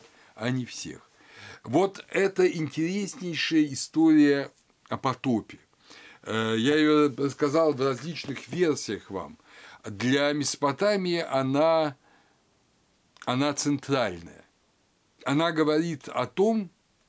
Вот это интереснейшая история о потопе. Я ее рассказал в различных версиях вам. Для Месопотамии она центральная. Она говорит о том,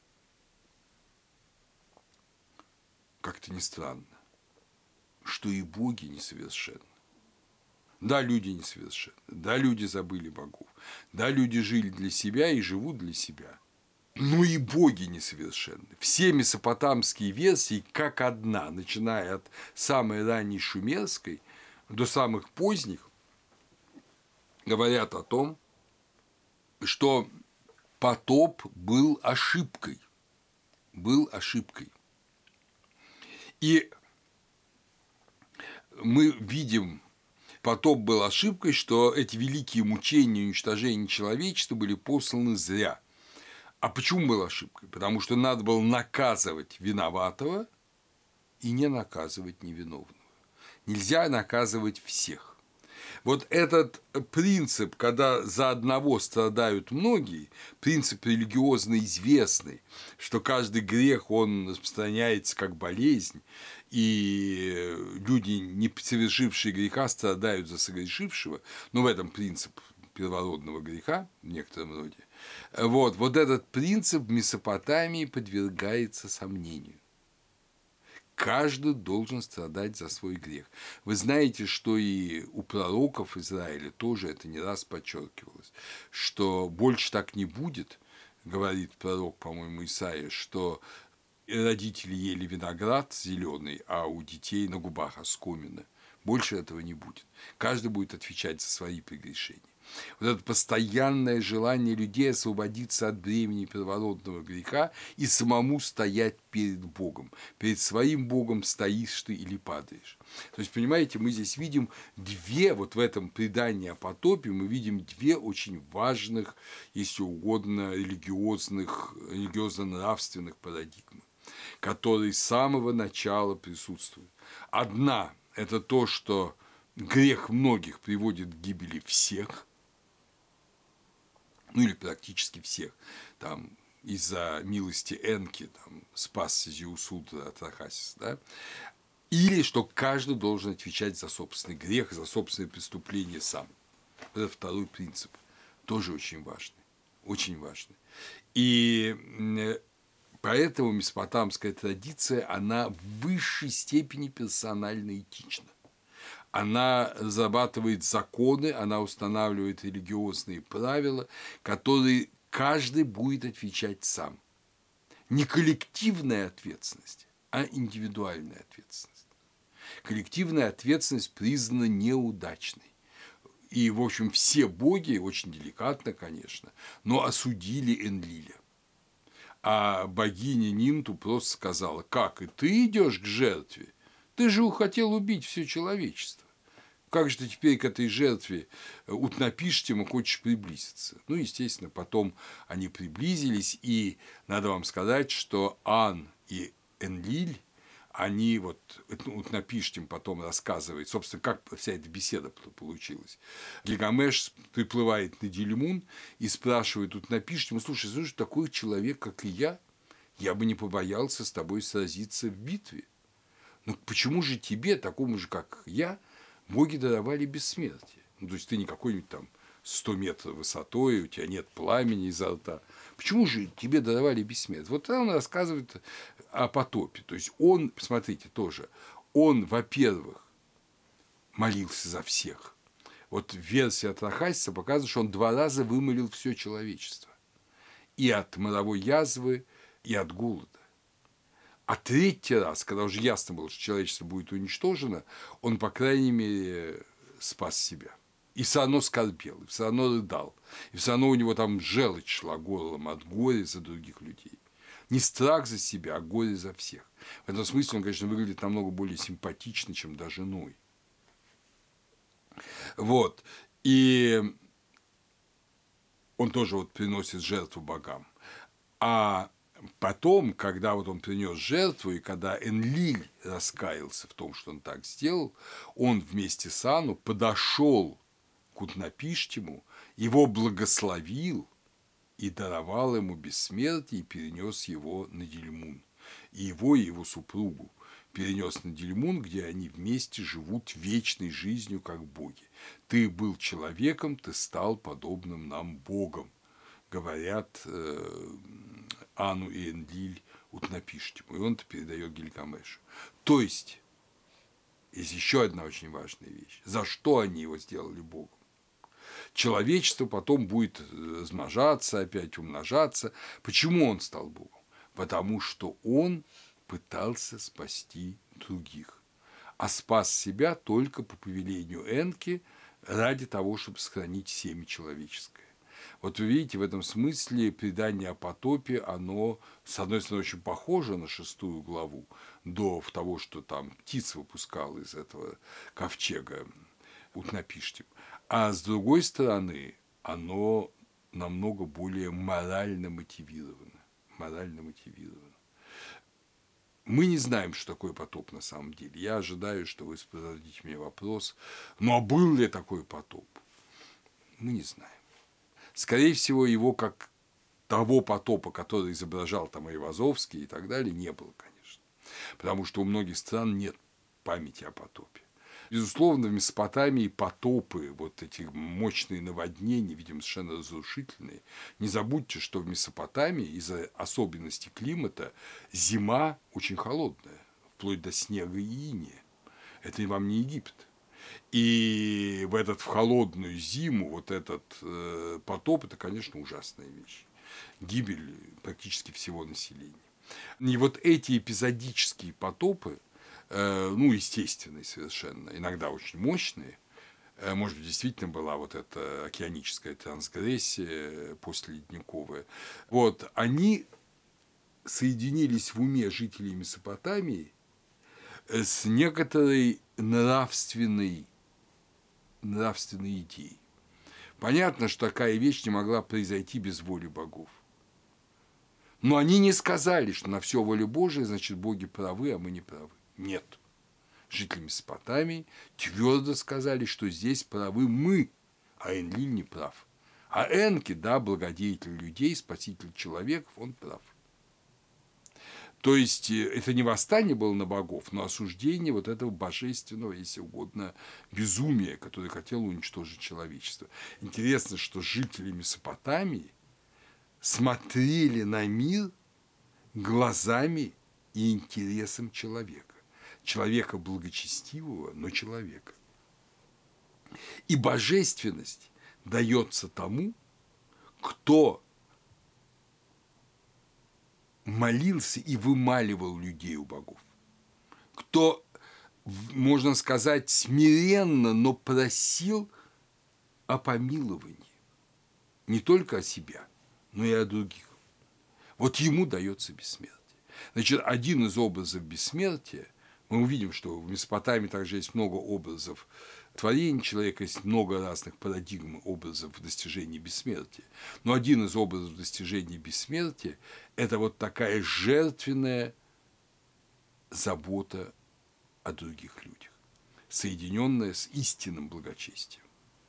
как-то не странно, что и боги несовершенны. Да, люди несовершенны, да, люди забыли богов, да, люди жили для себя и живут для себя. Ну и боги несовершенны. Все месопотамские версии как одна, начиная от самой ранней шумерской до самых поздних, говорят о том, что потоп был ошибкой. И мы видим, потоп был ошибкой, что эти великие мучения и уничтожения человечества были посланы зря. А почему была ошибкой? Потому что надо было наказывать виноватого и не наказывать невиновного. Нельзя наказывать всех. Вот этот принцип, когда за одного страдают многие, принцип религиозно известный, что каждый грех, он распространяется как болезнь, и люди, не совершившие греха, страдают за согрешившего, но в этом принцип первородного греха в некотором роде. Вот этот принцип в Месопотамии подвергается сомнению. Каждый должен страдать за свой грех. Вы знаете, что и у пророков Израиля тоже это не раз подчеркивалось, что больше так не будет, говорит пророк, по-моему, Исаия, что родители ели виноград зеленый, а у детей на губах оскомины. Больше этого не будет. Каждый будет отвечать за свои прегрешения. Вот это постоянное желание людей освободиться от бремени первородного греха и самому стоять перед Богом. Перед своим Богом стоишь ты или падаешь. То есть, понимаете, мы здесь видим две, вот в этом предании о потопе, мы видим две очень важных, если угодно, религиозно-нравственных парадигмы, которые с самого начала присутствуют. Одна – это то, что грех многих приводит к гибели всех, ну или практически всех, там из-за милости Энки там, спасся Зеусудра от Ахасиса, да? Или что каждый должен отвечать за собственный грех, за собственное преступление сам. Это второй принцип, тоже очень важный, очень важный. И поэтому месопотамская традиция, она в высшей степени персонально этична. Она разрабатывает законы, она устанавливает религиозные правила, которые каждый будет отвечать сам. Не коллективная ответственность, а индивидуальная ответственность. Коллективная ответственность признана неудачной. И, в общем, все боги, очень деликатно, конечно, но осудили Энлиля. А богиня Нимту просто сказала: как и ты идешь к жертве? Ты же хотел убить все человечество. Как же ты теперь к этой жертве Утнапиштима хочешь приблизиться? Ну, естественно, потом они приблизились, и надо вам сказать, что Ан и Энлиль, они вот, Утнапиштим потом рассказывает, собственно, как вся эта беседа получилась. Гильгамеш приплывает на Дильмун и спрашивает Утнапиштима: слушай, такой человек, как и я бы не побоялся с тобой сразиться в битве. Ну, почему же тебе, такому же, как я, боги даровали бессмертие? Ну, то есть, ты не какой-нибудь там 100 метров высотой, у тебя нет пламени изо рта. Почему же тебе даровали бессмертие? Вот он рассказывает о потопе. То есть, он, посмотрите, тоже, он, во-первых, молился за всех. Вот версия от Ахасиса показывает, что он 2 раза вымолил все человечество. И от моровой язвы, и от голода. А 3-й раз, когда уже ясно было, что человечество будет уничтожено, он, по крайней мере, спас себя. И все равно скорбел, и все равно рыдал, и все равно у него там желчь шла горлом от горя за других людей. Не страх за себя, а горе за всех. В этом смысле он, конечно, выглядит намного более симпатично, чем даже Ной. Вот. И он тоже вот приносит жертву богам. А потом, когда вот он принес жертву, и когда Энлиль раскаялся в том, что он так сделал, он вместе с Ану подошел к Утнапиштиму, его благословил и даровал ему бессмертие, и перенес его на Дильмун. И его супругу перенес на Дильмун, где они вместе живут вечной жизнью, как боги. Ты был человеком, ты стал подобным нам богом, говорят Ану и Энлиль Утнапиштиму, и он это передает Гильгамешу. То есть, есть еще одна очень важная вещь. За что они его сделали богом? Человечество потом будет размножаться, опять умножаться. Почему он стал богом? Потому что он пытался спасти других, а спас себя только по повелению Энки ради того, чтобы сохранить семя человеческое. Вот вы видите, в этом смысле предание о потопе, оно, с одной стороны, очень похоже на 6-ю главу, до того, что там птиц выпускал из этого ковчега Утнапиштим, а с другой стороны, оно намного более морально мотивировано. Мы не знаем, что такое потоп на самом деле. Я ожидаю, что вы зададите мне вопрос: ну а был ли такой потоп? Мы не знаем. Скорее всего, его, как того потопа, который изображал там Айвазовский и так далее, не было, конечно. Потому что у многих стран нет памяти о потопе. Безусловно, в Месопотамии потопы, вот эти мощные наводнения, видимо, совершенно разрушительные. Не забудьте, что в Месопотамии из-за особенностей климата зима очень холодная, вплоть до снега и иния. Это вам не Египет. И в холодную зиму вот этот потоп – это, конечно, ужасная вещь. гибель практически всего населения. И вот эти эпизодические потопы, естественные совершенно, иногда очень мощные, может быть, действительно была вот эта океаническая трансгрессия послеледниковая, вот, они соединились в уме жителей Месопотамии с некоторой нравственной идеей. Понятно, что такая вещь не могла произойти без воли богов. Но они не сказали, что на все воля Божия, значит, боги правы, а мы не правы. Нет. Жители Месопотамии твердо сказали, что здесь правы мы, а Энлиль не прав. А Энки, да, благодетель людей, спаситель человеков, он прав. То есть это не восстание было на богов, но осуждение вот этого божественного, если угодно, безумия, которое хотело уничтожить человечество. Интересно, что жители Месопотамии смотрели на мир глазами и интересом человека. Человека благочестивого, но человека. И божественность дается тому, кто молился и вымаливал людей у богов, кто, можно сказать, смиренно, но просил о помиловании не только о себя, но и о других. Вот ему дается бессмертие. Значит, один из образов бессмертия, мы увидим, что в Месопотамии также есть много образов творения человека, есть много разных парадигм образов достижения бессмертия. Но один из образов достижения бессмертия – это вот такая жертвенная забота о других людях, соединенная с истинным благочестием.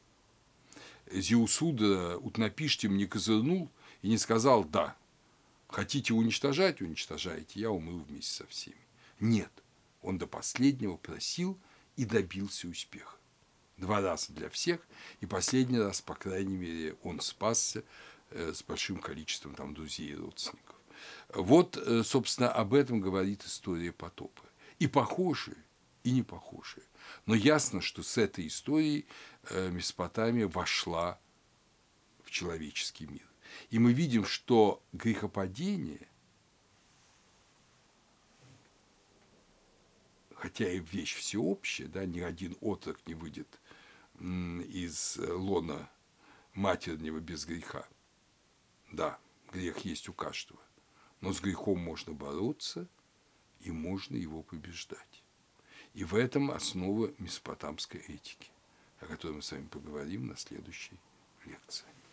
Зеусуда Утнапиштим не козырнул и не сказал: «Да, хотите уничтожать – уничтожайте, я умру вместе со всеми». Нет, он до последнего просил и добился успеха. 2 раза для всех, и последний раз, по крайней мере, он спасся с большим количеством там друзей и родственников. Вот, собственно, об этом говорит история потопа. И похожие, и не похожие. Но ясно, что с этой историей Месопотамия вошла в человеческий мир. И мы видим, что грехопадение, хотя и вещь всеобщая, да, ни один отрок не выйдет из лона матернего без греха. Да, грех есть у каждого, но с грехом можно бороться, и можно его побеждать. И в этом основа месопотамской этики, о которой мы с вами поговорим на следующей лекции.